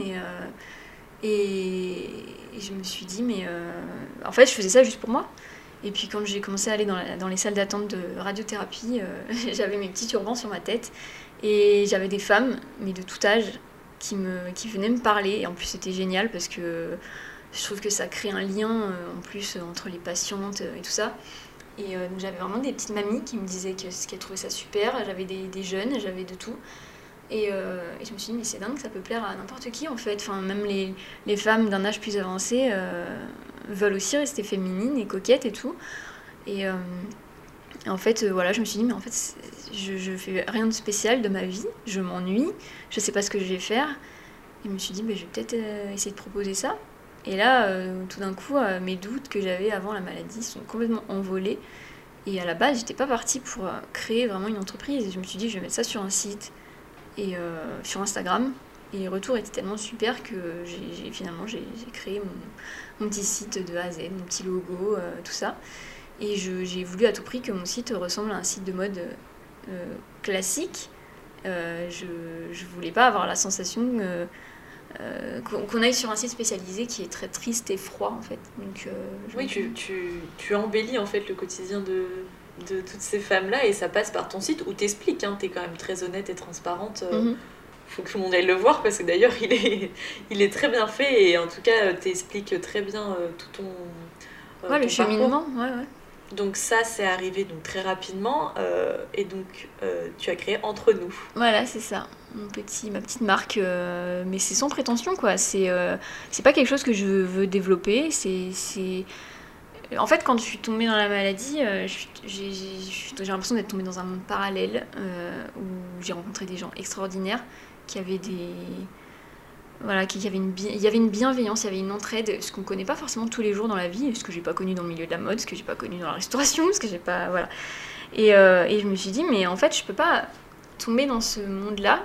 et je me suis dit mais en fait je faisais ça juste pour moi. Et puis quand j'ai commencé à aller dans les salles d'attente de radiothérapie, j'avais mes petits turbans sur ma tête et j'avais des femmes, mais de tout âge, qui venaient me parler. Et en plus c'était génial parce que je trouve que ça crée un lien en plus entre les patientes et tout ça. Et donc j'avais vraiment des petites mamies qui me disaient qu'elles trouvaient ça super, j'avais des jeunes, j'avais de tout. Et je me suis dit mais c'est dingue, ça peut plaire à n'importe qui en fait. Enfin, même les femmes d'un âge plus avancé veulent aussi rester féminines et coquettes et tout. Et en fait, voilà, je me suis dit, mais en fait, je fais rien de spécial de ma vie, je m'ennuie, je sais pas ce que je vais faire. Et je me suis dit, je vais peut-être essayer de proposer ça. Et là, tout d'un coup, mes doutes que j'avais avant la maladie sont complètement envolés. Et à la base, j'étais pas partie pour créer vraiment une entreprise. Et je me suis dit, je vais mettre ça sur un site et sur Instagram. Et les retours étaient tellement super que finalement, j'ai créé mon petit site de A à Z, mon petit logo, tout ça. Et j'ai voulu à tout prix que mon site ressemble à un site de mode classique. Je voulais pas avoir la sensation qu'on aille sur un site spécialisé qui est très triste et froid en fait. Donc, oui, tu embellis en fait le quotidien de toutes ces femmes-là et ça passe par ton site où t'expliques, t'es quand même très honnête et transparente. Faut que tout le monde aille le voir parce que d'ailleurs il est très bien fait et en tout cas t'expliques très bien tout ton le cheminement, ouais. Donc ça, c'est arrivé donc très rapidement et donc tu as créé Entre Nous. Voilà, c'est ça, ma petite marque, mais c'est sans prétention quoi. C'est pas quelque chose que je veux développer. En fait, quand je suis tombée dans la maladie, j'ai l'impression d'être tombée dans un monde parallèle où j'ai rencontré des gens extraordinaires qui avaient il y avait une bienveillance, il y avait une entraide, ce qu'on ne connaît pas forcément tous les jours dans la vie, ce que j'ai pas connu dans le milieu de la mode, ce que j'ai pas connu dans la restauration, ce que j'ai pas... Voilà. Et je me suis dit, mais en fait, je peux pas tomber dans ce monde-là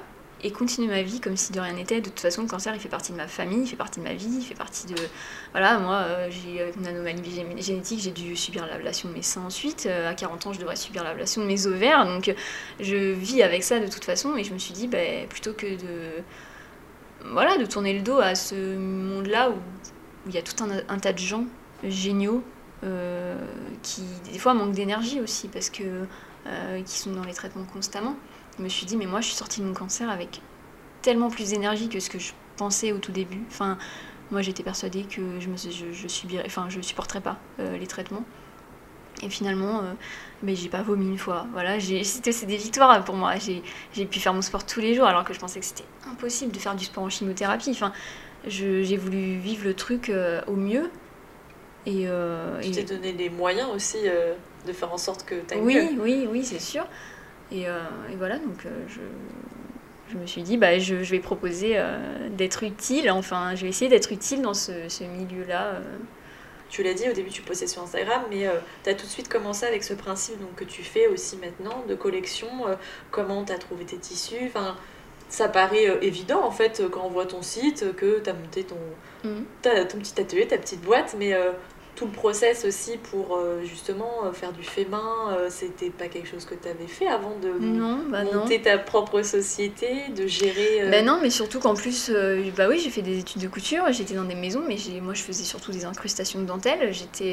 et continuer ma vie comme si de rien n'était. De toute façon, le cancer, il fait partie de ma famille, il fait partie de ma vie, il fait partie de... Voilà, moi, j'ai une anomalie génétique, j'ai dû subir l'ablation de mes seins ensuite. À 40 ans, je devrais subir l'ablation de mes ovaires. Donc, je vis avec ça de toute façon. Et je me suis dit, plutôt que de tourner le dos à ce monde-là où il y a tout un tas de gens géniaux qui, des fois, manquent d'énergie aussi parce que qui sont dans les traitements constamment. Je me suis dit, mais moi, je suis sortie de mon cancer avec tellement plus d'énergie que ce que je pensais au tout début. Enfin, moi, j'étais persuadée que je supporterais pas les traitements. Et finalement, j'ai pas vomi une fois. Voilà, c'est des victoires pour moi. J'ai pu faire mon sport tous les jours alors que je pensais que c'était impossible de faire du sport en chimiothérapie. Enfin, j'ai voulu vivre le truc au mieux. Tu t'es donné les moyens aussi de faire en sorte que tu ailles mieux. Oui, c'est sûr. Et voilà, donc je me suis dit, je vais proposer d'être utile. Enfin, je vais essayer d'être utile dans ce milieu-là. Tu l'as dit, au début tu postais sur Instagram, mais tu as tout de suite commencé avec ce principe donc, que tu fais aussi maintenant, de collection. Comment tu as trouvé tes tissus, enfin, ça paraît évident en fait quand on voit ton site, que tu as monté ton petit atelier, ta petite boîte, mais tout le process aussi pour justement faire du fait main, c'était pas quelque chose que tu avais fait avant de monter ta propre société, de gérer... Non, mais surtout qu'en plus, oui, j'ai fait des études de couture, j'étais dans des maisons, mais moi je faisais surtout des incrustations de dentelle,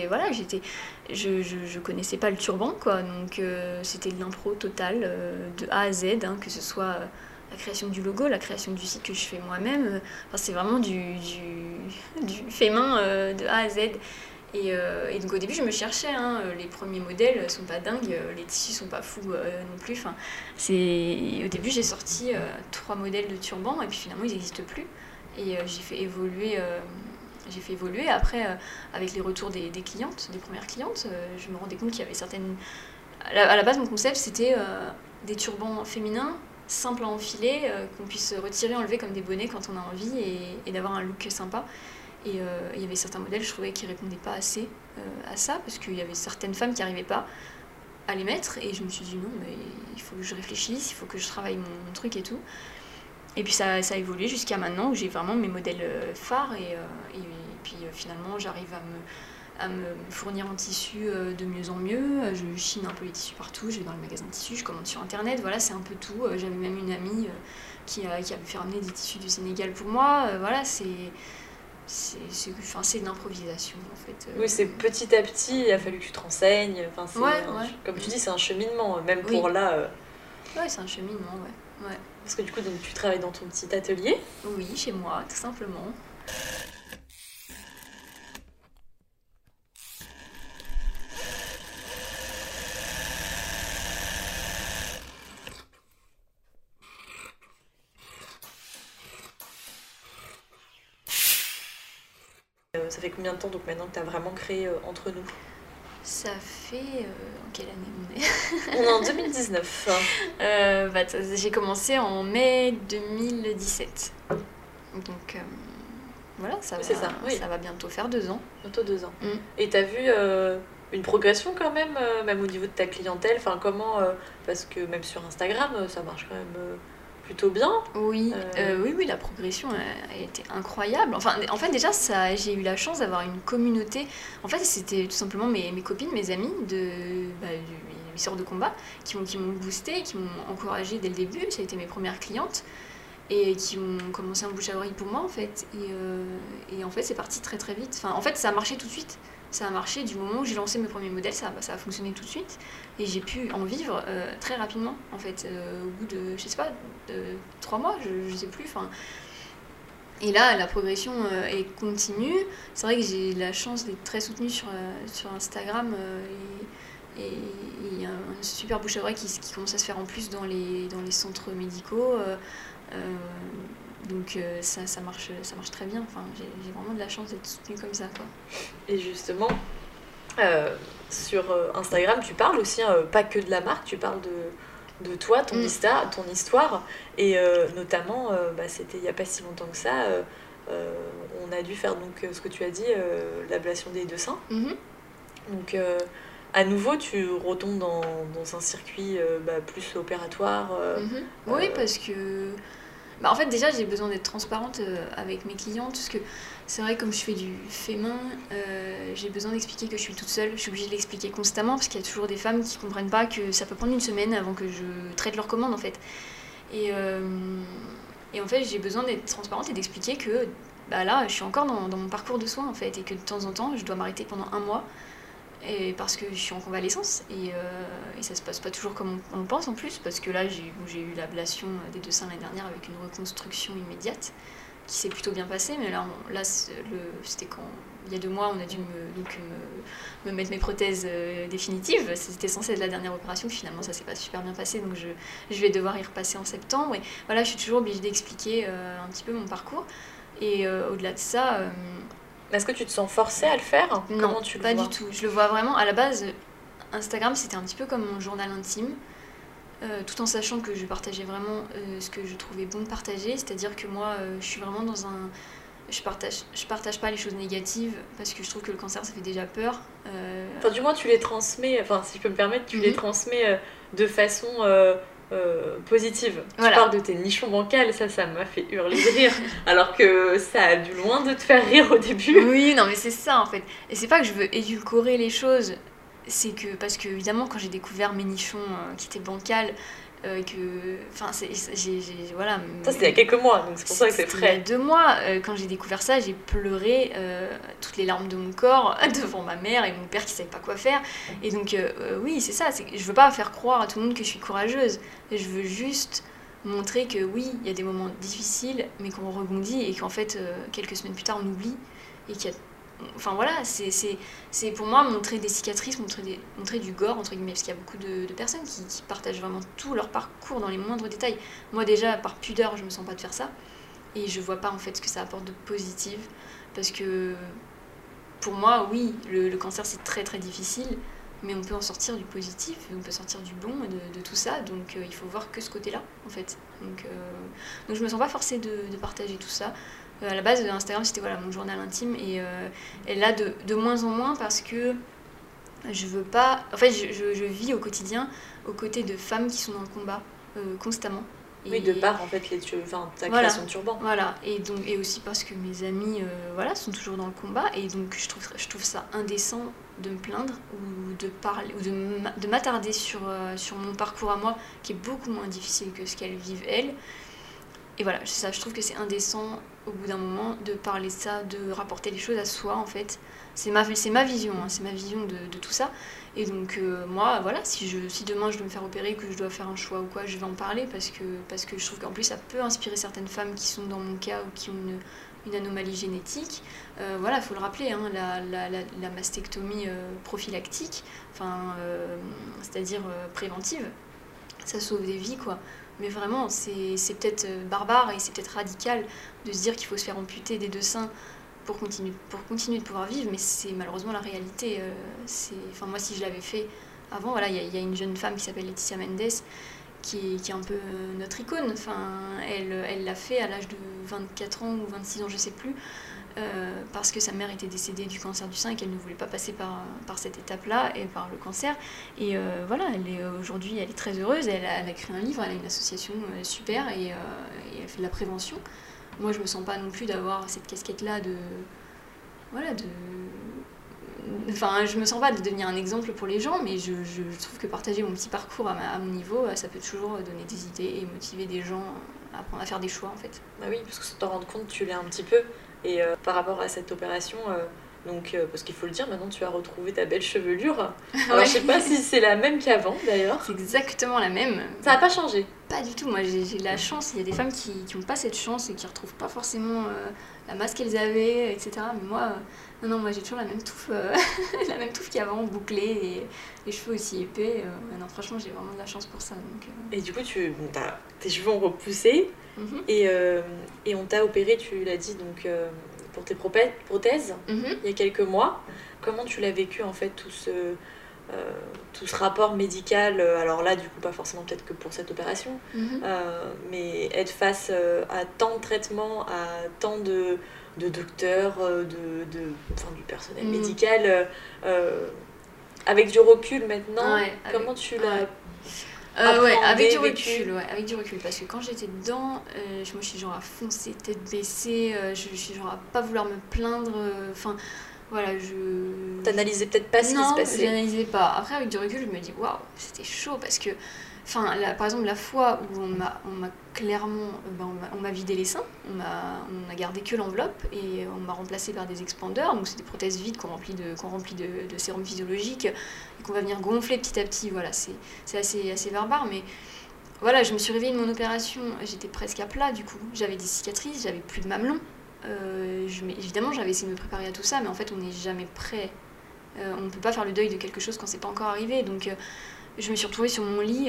je connaissais pas le turban, quoi, donc c'était de l'impro totale, de A à Z, hein, que ce soit... la création du logo, la création du site que je fais moi-même, c'est vraiment du fait main de A à Z. Et donc au début je me cherchais, les premiers modèles sont pas dingues, les tissus sont pas fous non plus. Enfin, au début j'ai sorti 3 modèles de turbans et puis finalement ils n'existent plus. Et j'ai fait évoluer après avec les retours des clientes, des premières clientes. Je me rendais compte qu'il y avait certaines... À la base mon concept c'était des turbans féminins, simples à enfiler, qu'on puisse retirer, enlever comme des bonnets quand on a envie et d'avoir un look sympa. Et il y avait certains modèles, je trouvais, qui ne répondaient pas assez à ça, parce qu'il y avait certaines femmes qui n'arrivaient pas à les mettre, et je me suis dit non, mais il faut que je réfléchisse, il faut que je travaille mon truc et tout. Et puis ça a évolué jusqu'à maintenant, où j'ai vraiment mes modèles phares, et puis finalement j'arrive à me fournir en tissu de mieux en mieux. Je chine un peu les tissus partout, je vais dans le magasin de tissus, je commande sur internet, voilà, c'est un peu tout. J'avais même une amie qui avait fait ramener des tissus du Sénégal pour moi. Voilà, c'est de l'improvisation en fait. Oui, c'est petit à petit, il a fallu que tu te renseignes. Enfin, comme tu dis, c'est un cheminement, même pour là. Ouais, c'est un cheminement, ouais. Parce que du coup, donc, tu travailles dans ton petit atelier. Oui, chez moi, tout simplement. Ça fait combien de temps donc maintenant que tu as vraiment créé Entre nous ? Ça fait... en quelle année on est ? On est en 2019. J'ai commencé en mai 2017. Donc voilà, ça va bientôt faire 2 ans. Bientôt 2 ans. Et tu as vu une progression quand même, même au niveau de ta clientèle, enfin comment... parce que même sur Instagram, ça marche quand même... plutôt bien. Oui, la progression a été incroyable. Enfin, en fait, déjà, j'ai eu la chance d'avoir une communauté. En fait, c'était tout simplement mes copines, mes amies, mes sœurs de combat, qui m'ont boosté, qui m'ont encouragée dès le début. Ça a été mes premières clientes et qui ont commencé un bouche à oreille pour moi, en fait. Et en fait, c'est parti très très vite. Enfin, en fait, ça a marché tout de suite. Ça a marché du moment où j'ai lancé mes premiers modèles, ça a fonctionné tout de suite. Et j'ai pu en vivre très rapidement, en fait, au bout de, je sais pas, de 3 mois, je sais plus. Et là, la progression est continue. C'est vrai que j'ai la chance d'être très soutenue sur Instagram et il y a un super bouche à oreille qui commence à se faire en plus dans les centres médicaux. Donc ça marche très bien. Enfin, j'ai vraiment de la chance d'être soutenue comme ça, quoi. Et justement, sur Instagram, tu parles aussi pas que de la marque, tu parles de toi, ton histoire. Et notamment, c'était il n'y a pas si longtemps que ça, on a dû faire donc ce que tu as dit, l'ablation des 2 seins. Donc à nouveau, tu retombes dans un circuit plus opératoire. Oui, parce que En fait, déjà, j'ai besoin d'être transparente avec mes clientes, parce que c'est vrai, comme je fais du fait main, j'ai besoin d'expliquer que je suis toute seule. Je suis obligée de l'expliquer constamment, parce qu'il y a toujours des femmes qui comprennent pas que ça peut prendre une semaine avant que je traite leur commande, en fait. Et en fait, j'ai besoin d'être transparente et d'expliquer que là, je suis encore dans mon parcours de soins, en fait, et que de temps en temps, je dois m'arrêter pendant 1 mois, et parce que je suis en convalescence, et ça se passe pas toujours comme on le pense en plus, parce que là, j'ai eu l'ablation des 2 seins l'année dernière avec une reconstruction immédiate, qui s'est plutôt bien passée, mais là c'était quand il y a 2 mois, on a dû me mettre mes prothèses définitives. C'était censé être la dernière opération, puis finalement ça s'est pas super bien passé, donc je vais devoir y repasser en septembre. Et voilà, je suis toujours obligée d'expliquer un petit peu mon parcours. Et au-delà de ça... Est-ce que tu te sens forcée à le faire ? Non, comment tu le pas vois ? du tout. Je le vois vraiment, à la base, Instagram c'était un petit peu comme mon journal intime. Tout en sachant que je partageais vraiment ce que je trouvais bon de partager, c'est-à-dire que moi je suis vraiment dans un... Je partage pas les choses négatives parce que je trouve que le cancer ça fait déjà peur. Enfin, du moins tu les transmets, enfin si je peux me permettre, tu les transmets de façon positive. Voilà. Tu parles de tes nichons bancals, ça m'a fait hurler de rire, alors que ça a dû loin de te faire rire au début. Oui, non mais c'est ça en fait. Et c'est pas que je veux édulcorer les choses, c'est que, parce que évidemment quand j'ai découvert mes nichons qui étaient bancals, voilà. Ça c'était il y a quelques mois, donc c'est pour ça que c'est frais. Il y a 2 mois, quand j'ai découvert ça, j'ai pleuré toutes les larmes de mon corps devant ma mère et mon père qui savait pas quoi faire. Et donc oui, c'est ça, je veux pas faire croire à tout le monde que je suis courageuse. Je veux juste montrer que oui, il y a des moments difficiles, mais qu'on rebondit et qu'en fait, quelques semaines plus tard, on oublie. Et qu'il y a... Enfin voilà, c'est pour moi montrer des cicatrices, montrer du gore, entre guillemets, parce qu'il y a beaucoup de personnes qui partagent vraiment tout leur parcours dans les moindres détails. Moi déjà, par pudeur, je me sens pas de faire ça, et je vois pas en fait ce que ça apporte de positif, parce que pour moi, oui, le cancer c'est très très difficile, mais on peut en sortir du positif, on peut sortir du bon de tout ça, donc il faut voir que ce côté-là, en fait. Donc je me sens pas forcée de partager tout ça. À la base, Instagram, c'était voilà, mon journal intime, et là, de moins en moins, parce que je veux pas... En fait, je vis au quotidien aux côtés de femmes qui sont dans le combat, constamment. Oui, de par, en fait, ta création de turban. Voilà, et aussi parce que mes amis sont toujours dans le combat, et donc je trouve ça indécent de me plaindre, ou de parler, ou de m'attarder sur mon parcours à moi, qui est beaucoup moins difficile que ce qu'elles vivent, elles. Et voilà, ça, je trouve que c'est indécent au bout d'un moment de parler de ça, de rapporter les choses à soi en fait. C'est ma vision, hein, c'est ma vision de tout ça. Et donc moi, voilà, si demain je dois me faire opérer, que je dois faire un choix ou quoi, je vais en parler parce que je trouve qu'en plus ça peut inspirer certaines femmes qui sont dans mon cas ou qui ont une anomalie génétique. Voilà, il faut le rappeler, hein, la mastectomie prophylactique, c'est-à-dire préventive, ça sauve des vies quoi. Mais vraiment, c'est peut-être barbare et c'est peut-être radical de se dire qu'il faut se faire amputer des 2 seins pour continuer de pouvoir vivre, mais c'est malheureusement la réalité. Moi, si je l'avais fait avant, voilà, il y a une jeune femme qui s'appelle Laetitia Mendes, qui est un peu notre icône. Elle l'a fait à l'âge de 24 ans ou 26 ans, je sais plus, parce que sa mère était décédée du cancer du sein et qu'elle ne voulait pas passer par cette étape-là et par le cancer. Et voilà, aujourd'hui, elle est très heureuse, elle a créé un livre, elle a une association super et elle fait de la prévention. Moi, je me sens pas non plus d'avoir cette casquette-là je me sens pas de devenir un exemple pour les gens, mais je trouve que partager mon petit parcours à mon niveau, ça peut toujours donner des idées et motiver des gens à faire des choix en fait. Bah oui, parce que sans t'en rendre compte, tu l'es un petit peu. Et par rapport à cette opération, parce qu'il faut le dire, maintenant tu as retrouvé ta belle chevelure. Alors Ouais. je sais pas si c'est la même qu'avant d'ailleurs. C'est exactement la même. Ça n'a pas changé. Pas du tout, moi j'ai de la chance, il y a des femmes qui n'ont pas cette chance et qui retrouvent pas forcément la masse qu'elles avaient, etc. Mais moi, moi j'ai toujours la même touffe, la même touffe qu'avant, bouclée et les cheveux aussi épais. Non, franchement j'ai vraiment de la chance pour ça. Donc, Et du coup, tes cheveux ont repoussé et on t'a opéré, tu l'as dit, donc pour tes prothèses il y a quelques mois. Comment tu l'as vécu en fait tout ce rapport médical, alors là du coup pas forcément peut-être que pour cette opération, mais être face à tant de traitements, à tant de docteurs, du personnel médical, avec du recul maintenant, comment tu l'as... avec du vécu. recul, avec du recul, parce que quand j'étais dedans, moi je suis genre à foncer tête baissée, je suis genre à pas vouloir me plaindre, enfin voilà, T'analysais peut-être pas ce qui se non, passait. j'analysais pas. Après avec du recul, je me dis waouh, c'était chaud parce que, enfin par exemple la fois où on m'a clairement, on m'a vidé les seins, on a gardé que l'enveloppe et on m'a remplacé par des expandeurs, donc c'est des prothèses vides qu'on remplit de sérum physiologique et qu'on va venir gonfler petit à petit. Voilà, c'est assez barbare, mais voilà, je me suis réveillée de mon opération, j'étais presque à plat du coup, j'avais des cicatrices, j'avais plus de mamelons. Évidemment, j'avais essayé de me préparer à tout ça, mais en fait, on n'est jamais prêt. On ne peut pas faire le deuil de quelque chose quand c'est pas encore arrivé. Donc, je me suis retrouvée sur mon lit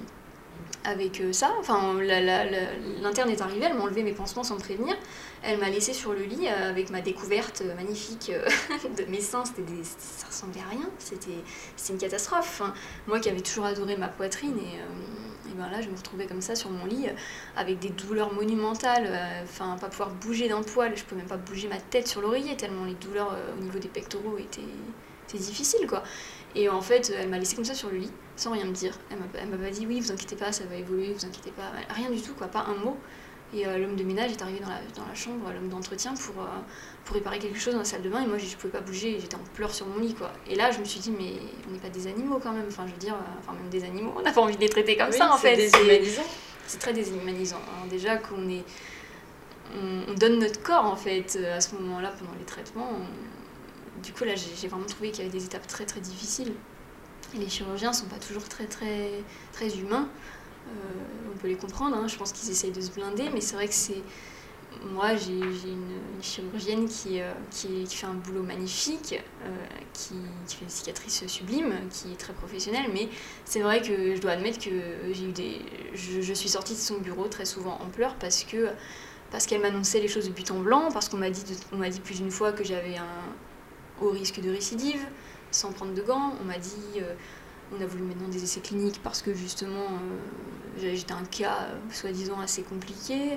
avec ça. Enfin, l'interne est arrivée, elle m'a enlevé mes pansements sans me prévenir. Elle m'a laissée sur le lit avec ma découverte magnifique de mes seins. Ça ressemblait à rien. C'était une catastrophe. Enfin, moi qui avais toujours adoré ma poitrine et ben là je me retrouvais comme ça sur mon lit avec des douleurs monumentales, pas pouvoir bouger d'un poil, je pouvais même pas bouger ma tête sur l'oreiller tellement les douleurs au niveau des pectoraux étaient difficiles quoi. Et en fait elle m'a laissée comme ça sur le lit sans rien me dire, elle m'a pas dit oui vous inquiétez pas ça va évoluer, vous inquiétez pas, rien du tout quoi, pas un mot. Et l'homme de ménage est arrivé dans la chambre, l'homme d'entretien pour réparer quelque chose dans la salle de bain et moi je pouvais pas bouger, j'étais en pleurs sur mon lit quoi. Et là je me suis dit mais on n'est pas des animaux quand même, enfin je veux dire, même des animaux, on n'a pas envie de les traiter comme ça en fait. C'est déshumanisant. C'est très déshumanisant. Hein. Déjà on donne notre corps en fait à ce moment-là pendant les traitements. Du coup là j'ai vraiment trouvé qu'il y avait des étapes très très difficiles. Et les chirurgiens sont pas toujours très très très humains. On peut les comprendre, hein. Je pense qu'ils essayent de se blinder, mais c'est vrai que moi j'ai une chirurgienne qui fait un boulot magnifique, qui fait des cicatrices sublimes, qui est très professionnelle, mais c'est vrai que je dois admettre que je suis sortie de son bureau très souvent en pleurs parce qu'elle m'annonçait les choses de but en blanc, parce qu'on m'a dit plus d'une fois que j'avais un haut risque de récidive, sans prendre de gants. On m'a dit... on a voulu maintenant des essais cliniques parce que justement j'étais un cas soi-disant assez compliqué.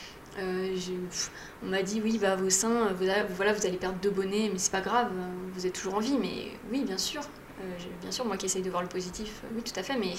On m'a dit oui vos seins, vous allez perdre 2 bonnets mais c'est pas grave, vous êtes toujours en vie. Mais oui bien sûr, moi qui essaye de voir le positif, oui tout à fait, mais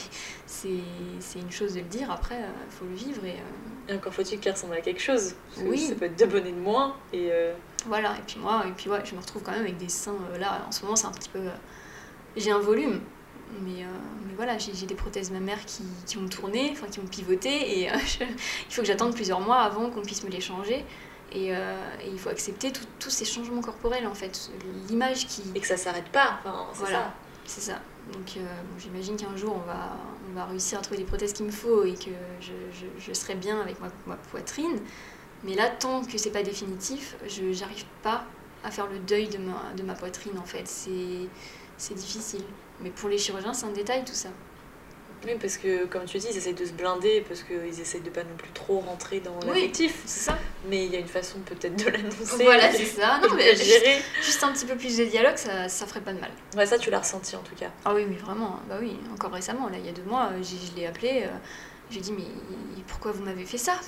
c'est une chose de le dire, après il faut le vivre. Et encore faut-il qu'il ressemble à quelque chose, parce oui. Que ça peut être 2 bonnets de moins et voilà, et puis je me retrouve quand même avec des seins, là en ce moment c'est un petit peu... j'ai un volume. Mais voilà, j'ai des prothèses mammaires qui ont tourné, qui ont pivoté, et il faut que j'attende plusieurs mois avant qu'on puisse me les changer. Et il faut accepter tous ces changements corporels, en fait, l'image qui... Et que ça s'arrête pas, voilà, c'est ça. Donc j'imagine qu'un jour, on va réussir à trouver les prothèses qu'il me faut et que je serai bien avec ma poitrine. Mais là, tant que c'est pas définitif, j'arrive pas à faire le deuil de ma poitrine, en fait. C'est difficile. Mais pour les chirurgiens, c'est un détail tout ça. Oui, parce que comme tu dis, ils essayent de se blinder parce qu'ils essayent de pas non plus trop rentrer dans l'affectif. C'est ça. Mais il y a une façon peut-être de l'annoncer. Voilà, c'est ça. Non, mais gérer. Juste un petit peu plus de dialogue, ça ferait pas de mal. Ouais, ça tu l'as ressenti en tout cas. Ah oui, vraiment. Bah oui, encore récemment, là, il y a 2 mois, je l'ai appelé. Je lui ai dit, mais pourquoi vous m'avez fait ça?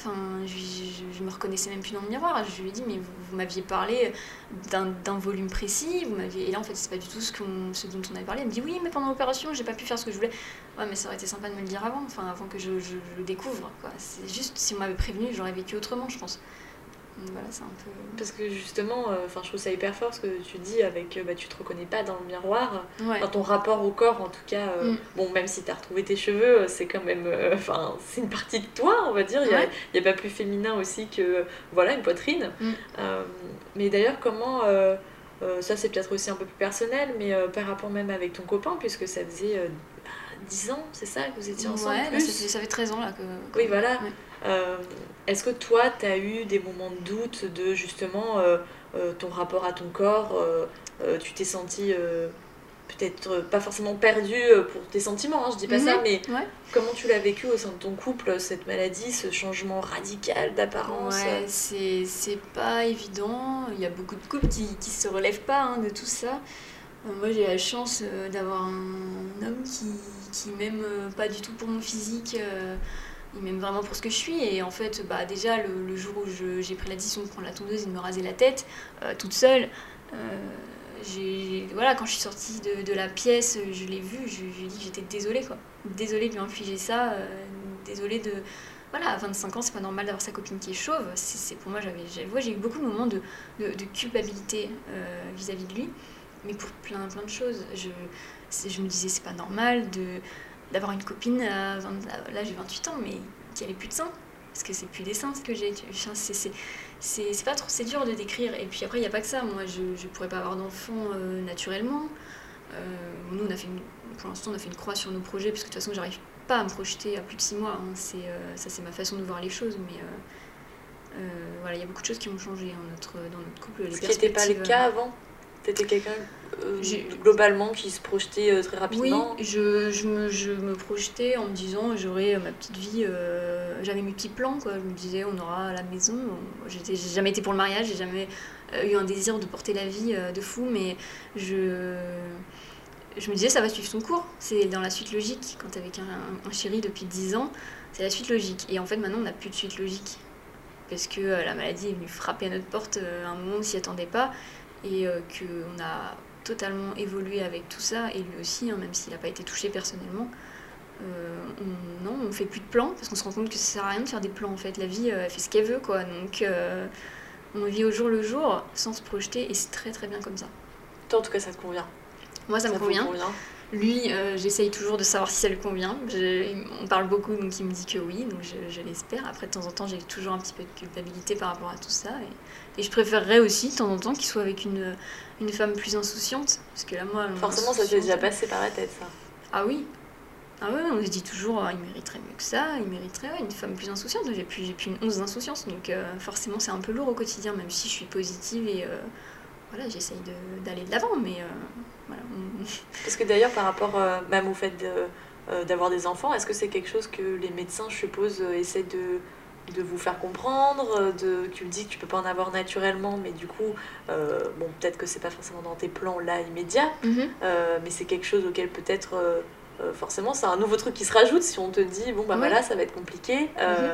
Je me reconnaissais même plus dans le miroir. Je lui ai dit, mais vous m'aviez parlé d'un volume précis. Et là, en fait, c'est pas du tout ce dont on avait parlé. Elle me dit, oui, mais pendant l'opération, j'ai pas pu faire ce que je voulais. Ouais, mais ça aurait été sympa de me le dire avant que je le découvre, quoi. C'est juste, si on m'avait prévenu, j'aurais vécu autrement, je pense. Donc voilà, c'est un peu... Parce que justement, je trouve ça hyper fort ce que tu dis avec tu te reconnais pas dans le miroir, dans ton rapport au corps en tout cas. Bon, même si t'as retrouvé tes cheveux, c'est quand même, c'est une partie de toi, on va dire. Il y a pas plus féminin aussi que une poitrine. Mais d'ailleurs, comment ça c'est peut-être aussi un peu plus personnel, mais par rapport même avec ton copain, puisque ça faisait 10 ans, c'est ça, que vous étiez ensemble? Ouais, ça fait 13 ans là que... Oui, voilà. Ouais. Est-ce que toi, tu as eu des moments de doute de justement ton rapport à ton corps, tu t'es senti peut-être pas forcément perdu pour tes sentiments, hein, je dis pas ça, mais comment tu l'as vécu au sein de ton couple, cette maladie, ce changement radical d'apparence? Ouais, c'est pas évident, il y a beaucoup de couples qui se relèvent pas de tout ça. Moi j'ai la chance d'avoir un homme qui m'aime pas du tout pour mon physique, il m'aime vraiment pour ce que je suis. Et en fait déjà le jour où j'ai pris la décision de prendre la tondeuse et de me raser la tête toute seule, voilà, quand je suis sortie de la pièce, je l'ai vu, j'ai dit que j'étais désolée, quoi. Désolée de lui infliger ça, désolée de... Voilà, à 25 ans, c'est pas normal d'avoir sa copine qui est chauve. Pour moi, j'ai eu beaucoup de moments de culpabilité vis-à-vis de lui, mais pour plein de choses. Je me disais, c'est pas normal d'avoir une copine, là j'ai 28 ans, mais qui avait plus de seins, parce que c'est plus des seins ce que j'ai. C'est pas trop, c'est dur de décrire. Et puis après, il n'y a pas que ça. Moi, je pourrais pas avoir d'enfant naturellement. Nous, pour l'instant, on a fait une croix sur nos projets, parce que de toute façon, j'arrive pas à me projeter à plus de 6 mois. Hein. Ça, c'est ma façon de voir les choses. Mais voilà, il y a beaucoup de choses qui ont changé dans notre couple. Ce qui n'était pas le cas avant. T'étais quelqu'un globalement qui se projetait très rapidement. Oui, je me projetais en me disant j'aurai ma petite vie, j'avais mes petits plans, quoi. Je me disais on aura la maison. J'ai jamais été pour le mariage, j'ai jamais eu un désir de porter la vie de fou, mais je me disais ça va suivre son cours. C'est dans la suite logique. Quand t'es avec un chéri depuis 10 ans, c'est la suite logique. Et en fait maintenant on n'a plus de suite logique. Parce que la maladie est venue frapper à notre porte à un moment où on s'y attendait pas. Et qu'on a totalement évolué avec tout ça, et lui aussi, hein, même s'il n'a pas été touché personnellement. On fait plus de plans, parce qu'on se rend compte que ça sert à rien de faire des plans, en fait. La vie, elle fait ce qu'elle veut, quoi. Donc, on vit au jour le jour, sans se projeter, et c'est très très bien comme ça. Toi, en tout cas, ça te convient? Moi, ça me convient. Lui, j'essaye toujours de savoir si ça lui convient. On parle beaucoup, donc il me dit que oui, donc je l'espère. Après, de temps en temps, j'ai toujours un petit peu de culpabilité par rapport à tout ça. Et je préférerais aussi, de temps en temps, qu'il soit avec une femme plus insouciante. Parce que là, moi... Forcément, ça t'est déjà passé par la tête, ça. Ah oui. Ah ouais, on se dit toujours, il mériterait mieux que ça, il mériterait une femme plus insouciante. J'ai plus une once d'insouciance, donc forcément, c'est un peu lourd au quotidien, même si je suis positive et... Voilà, j'essaye d'aller de l'avant, mais voilà. Parce que d'ailleurs, par rapport même au fait d'avoir des enfants, est-ce que c'est quelque chose que les médecins, je suppose, essaient de vous faire comprendre, tu me dis que tu peux pas en avoir naturellement, mais du coup, bon, peut-être que c'est pas forcément dans tes plans là immédiats, mais c'est quelque chose auquel peut-être, forcément, c'est un nouveau truc qui se rajoute si on te dit, bon, bah voilà, ça va être compliqué.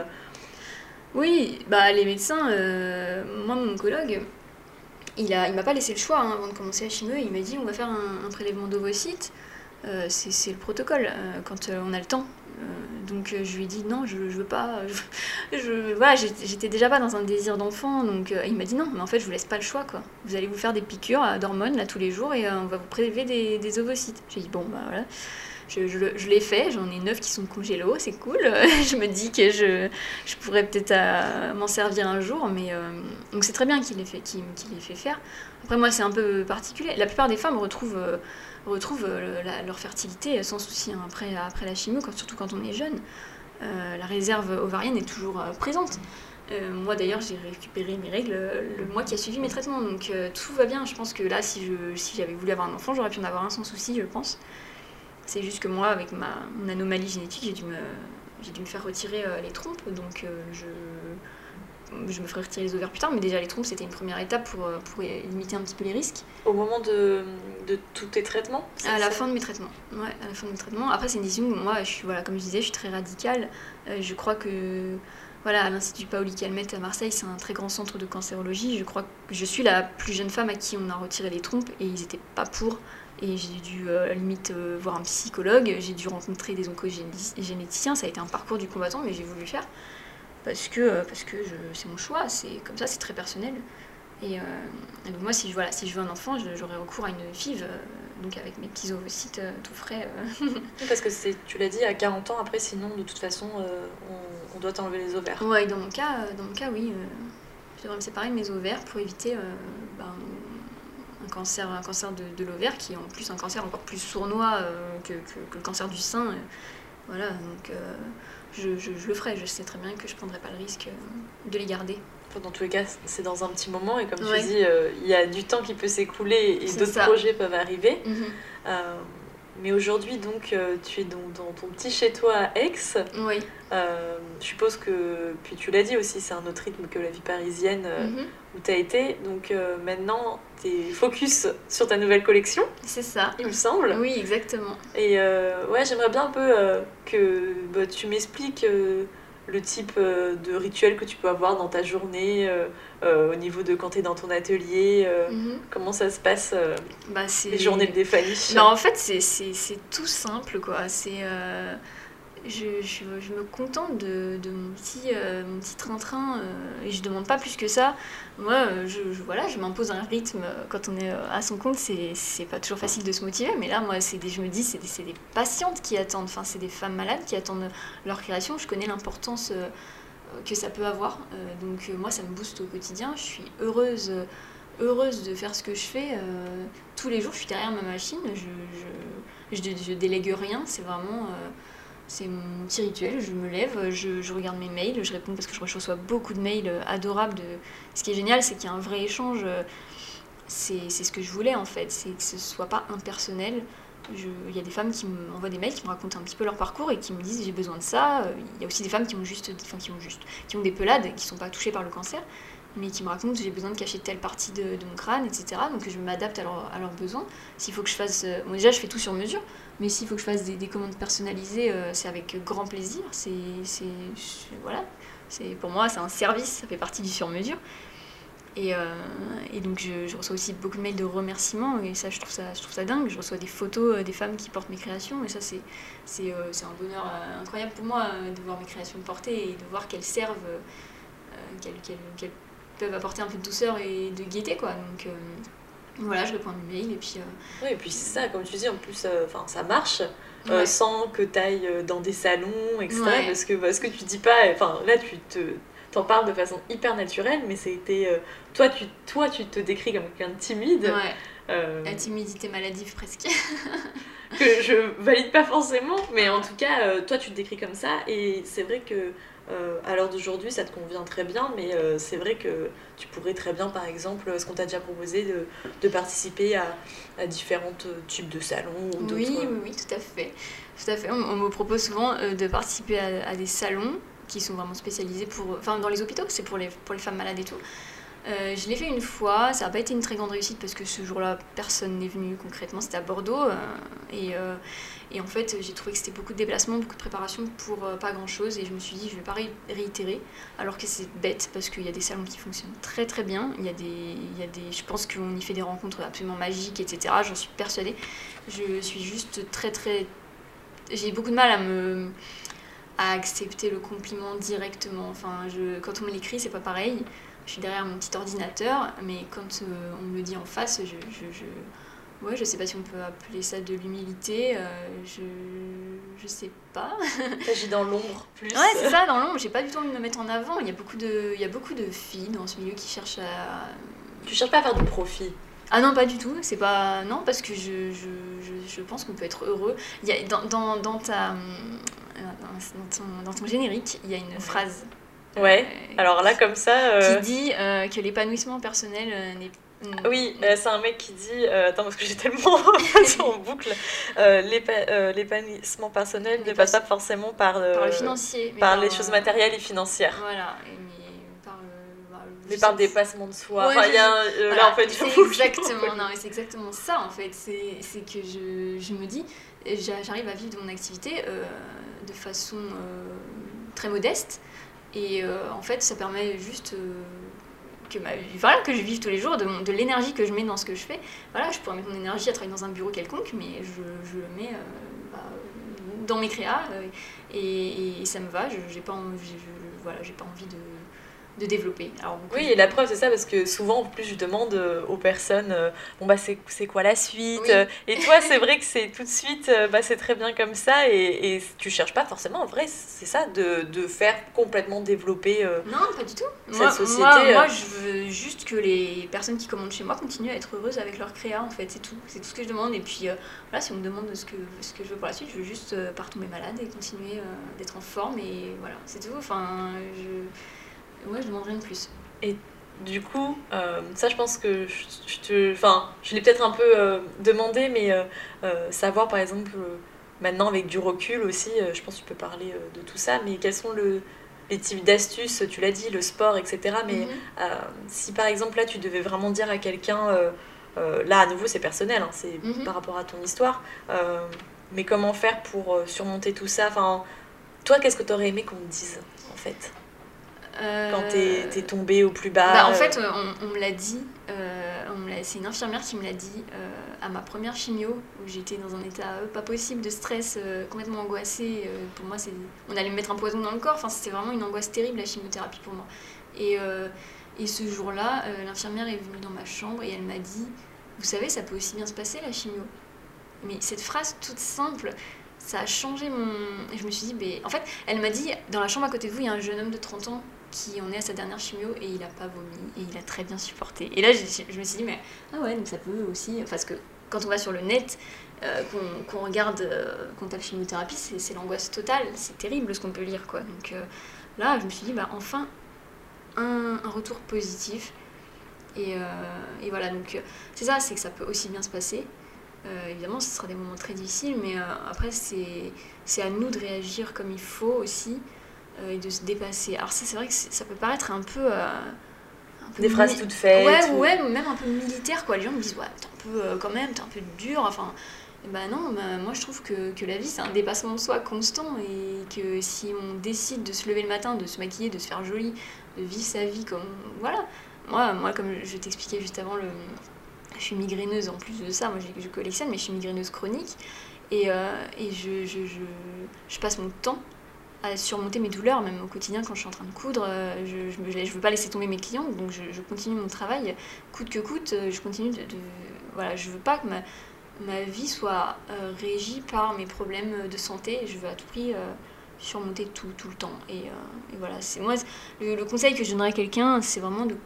Oui, bah les médecins, moi, mon oncologue, il m'a pas laissé le choix avant de commencer la chimio. Il m'a dit on va faire un prélèvement d'ovocytes, c'est le protocole quand on a le temps. Donc je lui ai dit non, je veux pas. Voilà, j'étais déjà pas dans un désir d'enfant, donc il m'a dit non, mais en fait je vous laisse pas le choix, quoi. Vous allez vous faire des piqûres d'hormones là tous les jours et on va vous prélever des ovocytes. J'ai dit bon bah voilà. Je l'ai fait, j'en ai 9 qui sont congélos, c'est cool. Je me dis que je pourrais peut-être m'en servir un jour, mais donc c'est très bien qu'il l'ait fait faire. Après moi c'est un peu particulier. La plupart des femmes retrouvent leur fertilité sans souci, hein, après la chimio, surtout quand on est jeune. La réserve ovarienne est toujours présente. Moi d'ailleurs j'ai récupéré mes règles le mois qui a suivi mes traitements, donc tout va bien. Je pense que là si j'avais voulu avoir un enfant, j'aurais pu en avoir un sans souci, je pense. C'est juste que moi, avec mon anomalie génétique, j'ai dû me faire retirer les trompes, donc je me ferai retirer les ovaires plus tard, mais déjà les trompes c'était une première étape pour limiter un petit peu les risques. Au moment de tous tes traitements? À la fin de mes traitements, ouais, à la fin de mes traitements. Après c'est une décision, moi, comme je disais, je suis très radicale. Je crois que à l'Institut Paoli Calmette à Marseille, c'est un très grand centre de cancérologie. Je crois que je suis la plus jeune femme à qui on a retiré les trompes et ils n'étaient pas pour. Et j'ai dû limite voir un psychologue, j'ai dû rencontrer des oncogénéticiens, ça a été un parcours du combattant, mais j'ai voulu le faire parce que c'est mon choix, c'est comme ça, c'est très personnel. Et donc moi, si je veux un enfant, j'aurai recours à une FIV, donc avec mes petits ovocytes tout frais. Parce que tu l'as dit, à 40 ans, après, sinon, de toute façon, on doit t'enlever les ovaires. Ouais, dans mon cas, oui. Je devrais me séparer de mes ovaires pour éviter un cancer de l'ovaire, qui est en plus un cancer encore plus sournois que le cancer du sein. Voilà, donc je le ferai. Je sais très bien que je ne prendrai pas le risque de les garder. Dans tous les cas, c'est dans un petit moment, et comme tu dis, il y a du temps qui peut s'écouler et d'autres projets peuvent arriver. Mais aujourd'hui, donc, tu es dans ton petit chez-toi à Aix. Oui. Je suppose que, puis tu l'as dit aussi, c'est un autre rythme que la vie parisienne où tu as été. Donc maintenant, tu es focus sur ta nouvelle collection. C'est ça. Il me semble. Oui, exactement. Et ouais, j'aimerais bien un peu que tu m'expliques le type de rituel que tu peux avoir dans ta journée, au niveau de quand tu es dans ton atelier, comment ça se passe, les journées de défaniche? En fait, c'est tout simple, quoi. Je me contente de mon petit train-train et je demande pas plus que ça. Moi, je m'impose un rythme. Quand on est à son compte, c'est pas toujours facile de se motiver, mais là, moi, je me dis, c'est des patientes qui attendent, enfin, c'est des femmes malades qui attendent leur création. Je connais l'importance que ça peut avoir, donc moi, ça me booste au quotidien. Je suis heureuse de faire ce que je fais. Tous les jours, je suis derrière ma machine, je délègue rien, c'est vraiment... c'est mon petit rituel, je me lève, je regarde mes mails, je réponds parce que je reçois beaucoup de mails adorables. Ce qui est génial, c'est qu'il y a un vrai échange. C'est ce que je voulais en fait, c'est que ce soit pas impersonnel. Il y a des femmes qui m'envoient des mails, qui me racontent un petit peu leur parcours et qui me disent j'ai besoin de ça. Il y a aussi des femmes qui ont des pelades, qui sont pas touchées par le cancer, mais qui me racontent j'ai besoin de cacher telle partie de mon crâne, etc. Donc je m'adapte à leurs besoins. S'il faut que je fasse... Bon, déjà, je fais tout sur mesure, mais s'il faut que je fasse des commandes personnalisées, c'est avec grand plaisir. Voilà. Pour moi, c'est un service, ça fait partie du sur-mesure. Et donc, je reçois aussi beaucoup de mails de remerciements, et ça, je trouve ça dingue. Je reçois des photos des femmes qui portent mes créations, et ça, c'est un bonheur incroyable pour moi de voir mes créations portées et de voir qu'elles servent, qu'elles peuvent apporter un peu de douceur et de gaieté, quoi. Donc voilà, je réponds à mes mails et puis... Oui, et puis c'est ça, comme tu dis, en plus, ça marche sans que tu ailles dans des salons, etc. Ouais. Parce que tu dis pas... Là, t'en parles de façon hyper naturelle, mais c'était... Toi, tu te décris comme quelqu'un de timide. Ouais. La timidité maladive, presque. Que je valide pas forcément, mais en tout cas, toi, tu te décris comme ça, et c'est vrai que... à l'heure d'aujourd'hui, ça te convient très bien, mais c'est vrai que tu pourrais très bien, par exemple, ce qu'on t'a déjà proposé, de participer à différents types de salons ou d'autres... Oui, tout à fait. On me propose souvent de participer à des salons qui sont vraiment spécialisés dans les hôpitaux, c'est pour les femmes malades et tout. Je l'ai fait une fois, ça n'a pas été une très grande réussite parce que ce jour-là, personne n'est venu concrètement, c'était à Bordeaux. Et en fait, j'ai trouvé que c'était beaucoup de déplacements, beaucoup de préparation pour pas grand-chose. Et je me suis dit, je ne vais pas réitérer, alors que c'est bête parce qu'il y a des salons qui fonctionnent très très bien. Je pense qu'on y fait des rencontres absolument magiques, etc. J'en suis persuadée. Je suis juste j'ai beaucoup de mal à accepter le compliment directement. Enfin, quand on me l'écrit, c'est pas pareil. Je suis derrière mon petit ordinateur, mais quand on me le dit en face, je sais pas si on peut appeler ça de l'humilité, je sais pas. T'agis dans l'ombre plus. Ouais, c'est ça, dans l'ombre, j'ai pas du tout envie de me mettre en avant. Il y a beaucoup de filles dans ce milieu qui cherchent à... Tu cherches pas à faire du profit? Ah non, pas du tout, c'est pas... Non, parce que je pense qu'on peut être heureux. Il y a, dans ton générique, il y a une phrase... Ouais, alors là, comme ça... Qui dit que l'épanouissement personnel n'est... Oui, c'est un mec qui dit... attends, parce que j'ai tellement en boucle. L'épanouissement personnel ne passe pas forcément par le financier. Par les choses matérielles et financières. Voilà, mais par le dépassement de soi. Ouais, là, en fait, c'est exactement ça, en fait. C'est que je me dis, j'arrive à vivre de mon activité de façon très modeste. Et en fait, ça permet juste que je vive tous les jours de l'énergie que je mets dans ce que je fais. Voilà, je pourrais mettre mon énergie à travailler dans un bureau quelconque, mais je le mets dans mes créas et ça me va. J'ai pas envie de développer. Alors, oui, et la preuve, c'est ça, parce que souvent, en plus, je demande aux personnes, c'est quoi la suite? Oui. Et toi, c'est vrai que c'est tout de suite, c'est très bien comme ça, et tu cherches pas forcément, en vrai, c'est ça, de faire complètement développer non, pas du tout. Cette société. Moi, je veux juste que les personnes qui commandent chez moi continuent à être heureuses avec leur créa, en fait, c'est tout ce que je demande. Et puis, voilà, si on me demande ce que je veux pour la suite, je veux juste pas retomber malade et continuer d'être en forme, et voilà, c'est tout. Enfin, ouais, je demande rien de plus. Et du coup, ça, je pense que je l'ai peut-être un peu demandé, mais savoir, par exemple, maintenant avec du recul aussi, je pense que tu peux parler de tout ça, mais quels sont les types d'astuces, tu l'as dit, le sport, etc. Mais si par exemple, là, tu devais vraiment dire à quelqu'un, là, à nouveau, c'est personnel, hein, c'est par rapport à ton histoire, mais comment faire pour surmonter tout ça? Toi, qu'est-ce que t'aurais aimé qu'on te dise, en fait, quand t'es tombée au plus bas? Bah, en fait, on me l'a dit, c'est une infirmière qui me l'a dit à ma première chimio, où j'étais dans un état pas possible de stress, complètement angoissée. Pour moi, on allait me mettre un poison dans le corps, enfin, c'était vraiment une angoisse terrible, la chimiothérapie pour moi. Et ce jour-là, l'infirmière est venue dans ma chambre et elle m'a dit « Vous savez, ça peut aussi bien se passer, la chimio ». Mais cette phrase toute simple, ça a changé mon... Et je me suis dit, en fait, elle m'a dit, dans la chambre à côté de vous, il y a un jeune homme de 30 ans qui en est à sa dernière chimio et il a pas vomi et il a très bien supporté. Et là, je me suis dit, mais ah ouais, donc ça peut aussi... Parce que quand on va sur le net, qu'on regarde, qu'on tape chimiothérapie, c'est l'angoisse totale, c'est terrible ce qu'on peut lire, quoi. Donc là, je me suis dit, enfin, un retour positif. Et voilà, donc c'est ça, c'est que ça peut aussi bien se passer. Évidemment, ce sera des moments très difficiles, mais après, c'est à nous de réagir comme il faut aussi et de se dépasser. Alors ça, c'est vrai que ça peut paraître un peu des phrases toutes faites. Ouais, même un peu militaire, quoi. Les gens me disent, ouais, t'es un peu dur, enfin... non, moi je trouve que la vie c'est un dépassement de soi constant et que si on décide de se lever le matin, de se maquiller, de se faire jolie, de vivre sa vie comme... Voilà. Moi comme je t'expliquais juste avant, je suis migraineuse en plus de ça, moi je collectionne, mais je suis migraineuse chronique et je passe mon temps à surmonter mes douleurs, même au quotidien quand je suis en train de coudre, je veux pas laisser tomber mes clients, donc je continue mon travail, coûte que coûte, je continue voilà, je veux pas que ma vie soit régie par mes problèmes de santé, je veux à tout prix surmonter tout le temps. Et voilà, c'est moi le conseil que je donnerais à quelqu'un, c'est vraiment de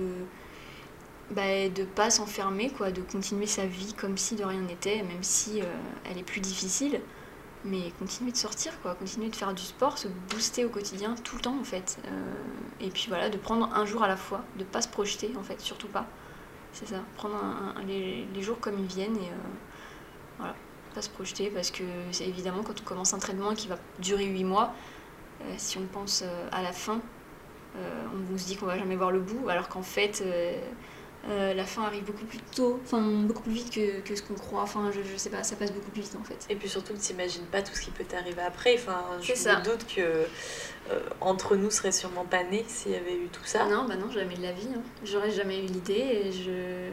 pas s'enfermer, quoi, de continuer sa vie comme si de rien n'était, même si elle est plus difficile, mais continuer de sortir, quoi, continuer de faire du sport, se booster au quotidien tout le temps en fait. Et puis voilà, de prendre un jour à la fois, de pas se projeter en fait, surtout pas. C'est ça, prendre les jours comme ils viennent et voilà, pas se projeter, parce que c'est évidemment quand on commence un traitement qui va durer 8 mois, si on pense à la fin, on se dit qu'on va jamais voir le bout, alors qu'en fait la fin arrive beaucoup plus tôt, enfin beaucoup plus vite que ce qu'on croit, enfin je sais pas, ça passe beaucoup plus vite en fait. Et puis surtout que t'imagines pas tout ce qui peut t'arriver après, enfin je ça. me doute que entre nous serait sûrement pas né s'il y avait eu tout ça. Non, jamais de la vie, hein. J'aurais jamais eu l'idée et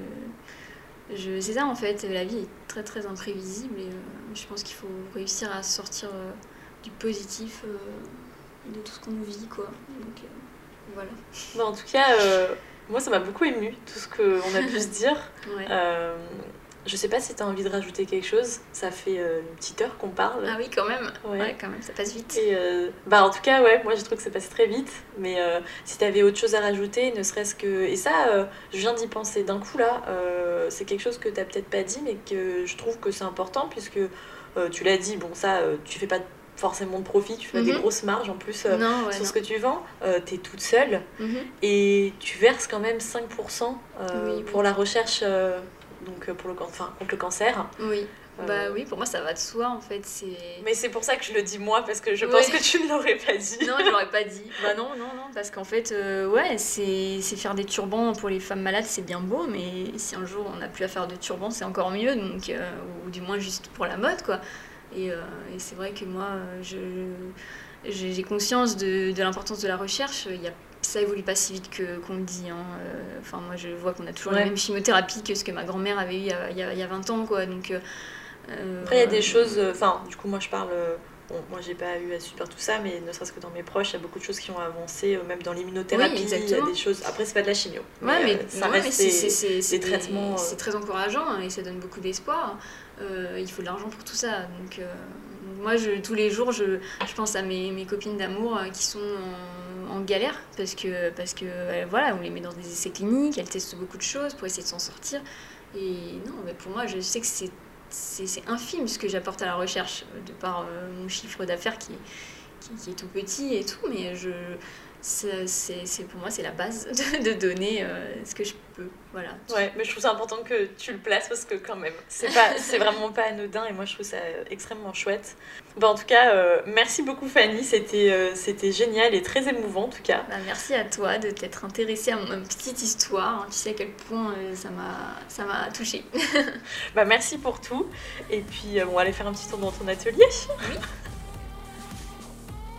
c'est ça en fait, la vie est très très imprévisible et je pense qu'il faut réussir à sortir du positif de tout ce qu'on vit, quoi. Donc voilà. En tout cas, moi ça m'a beaucoup émue tout ce qu'on a pu se dire. Ouais. Je sais pas si t'as envie de rajouter quelque chose, ça fait une petite heure qu'on parle. Ah oui, quand même. Ouais, quand même, ça passe vite. Et en tout cas, ouais, moi je trouve que ça passe très vite, mais si t'avais autre chose à rajouter, ne serait-ce que... Et ça, je viens d'y penser d'un coup là, c'est quelque chose que t'as peut-être pas dit, mais que je trouve que c'est important, puisque tu l'as dit, bon ça, tu fais pas forcément de profit, tu fais des grosses marges en plus sur ce que tu vends, t'es toute seule, et tu verses quand même 5% pour la recherche... donc contre le cancer. Oui. Oui, pour moi ça va de soi en fait. Mais c'est pour ça que je le dis moi, parce que je pense que tu ne l'aurais pas dit. Non, je l'aurais pas dit. Non, parce qu'en fait, c'est faire des turbans pour les femmes malades, c'est bien beau, mais si un jour on n'a plus à faire de turbans, c'est encore mieux, donc, ou du moins juste pour la mode, quoi. Et c'est vrai que moi, j'ai conscience de l'importance de la recherche. Ça évolue pas si vite qu'on le dit, hein. Enfin, moi je vois qu'on a toujours la même chimiothérapie que ce que ma grand-mère avait eu il y a 20 ans, quoi. Donc, après il y a des choses, du coup moi je parle, moi j'ai pas eu à subir tout ça, mais ne serait-ce que dans mes proches, il y a beaucoup de choses qui ont avancé, même dans l'immunothérapie, il y a des choses, après c'est pas de la chimio, mais ça reste des traitements... C'est très encourageant, hein, et ça donne beaucoup d'espoir. Il faut de l'argent pour tout ça, donc moi tous les jours je pense à mes copines d'amour qui sont en galère parce que voilà, on les met dans des essais cliniques, elles testent beaucoup de choses pour essayer de s'en sortir, et non, mais pour moi je sais que c'est infime ce que j'apporte à la recherche de par mon chiffre d'affaires qui est tout petit et tout, mais pour moi c'est la base de donner ce que je peux, voilà. Ouais, mais je trouve ça important que tu le places, parce que quand même c'est vraiment pas anodin, et moi je trouve ça extrêmement chouette. En tout cas, merci beaucoup Fanny, c'était génial et très émouvant en tout cas. Merci à toi de t'être intéressée à ma petite histoire, hein. Tu sais à quel point ça m'a touchée. Merci pour tout, et puis on va aller faire un petit tour dans ton atelier. Oui.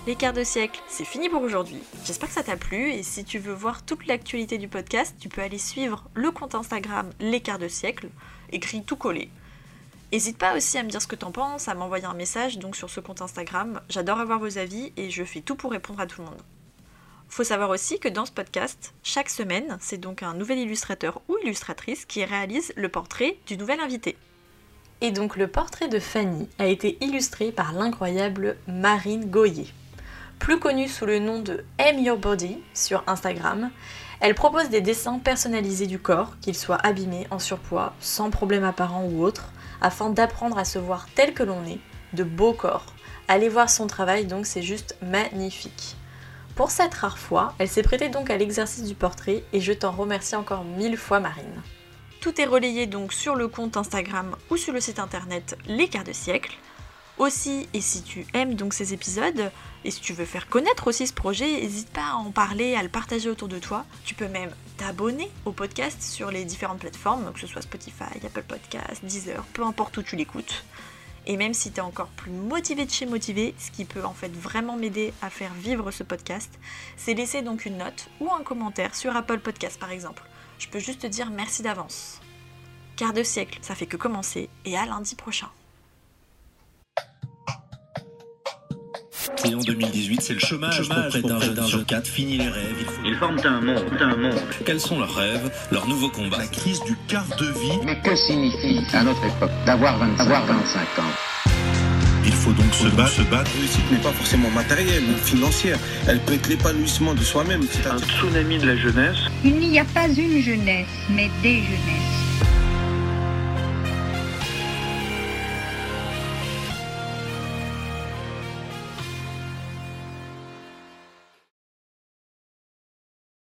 Les quarts de siècle, c'est fini pour aujourd'hui. J'espère que ça t'a plu et si tu veux voir toute l'actualité du podcast, tu peux aller suivre le compte Instagram Les quarts de siècle, écrit tout collé. N'hésite pas aussi à me dire ce que t'en penses, à m'envoyer un message donc sur ce compte Instagram. J'adore avoir vos avis et je fais tout pour répondre à tout le monde. Faut savoir aussi que dans ce podcast, chaque semaine, c'est donc un nouvel illustrateur ou illustratrice qui réalise le portrait du nouvel invité. Et donc le portrait de Fanny a été illustré par l'incroyable Marine Goyer. Plus connue sous le nom de Aim Your Body sur Instagram, elle propose des dessins personnalisés du corps, qu'ils soient abîmés, en surpoids, sans problème apparent ou autre, afin d'apprendre à se voir tel que l'on est, de beaux corps. Allez voir son travail donc, c'est juste magnifique. Pour cette rare fois, elle s'est prêtée donc à l'exercice du portrait et je t'en remercie encore 1000 fois Marine. Tout est relayé donc sur le compte Instagram ou sur le site internet Les quarts de siècle. Aussi, et si tu aimes donc ces épisodes, et si tu veux faire connaître aussi ce projet, n'hésite pas à en parler, à le partager autour de toi. Tu peux même t'abonner au podcast sur les différentes plateformes, que ce soit Spotify, Apple Podcasts, Deezer, peu importe où tu l'écoutes. Et même si tu es encore plus motivé de chez motivé, ce qui peut en fait vraiment m'aider à faire vivre ce podcast, c'est laisser donc une note ou un commentaire sur Apple Podcasts par exemple. Je peux juste te dire merci d'avance. Quart de siècle, ça fait que commencer, et à lundi prochain. Et en 2018, c'est le chômage pour près d'un sur 4. Fini les rêves. Ils forment un monde. Quels sont leurs rêves, leurs nouveaux combats? La crise du quart de vie. Mais que signifie, à notre époque, d'avoir 25 ans? Il faut donc se battre. La réussite n'est pas forcément matérielle ou financière. Elle peut être l'épanouissement de soi-même. Un tsunami de la jeunesse. Il n'y a pas une jeunesse, mais des jeunesses.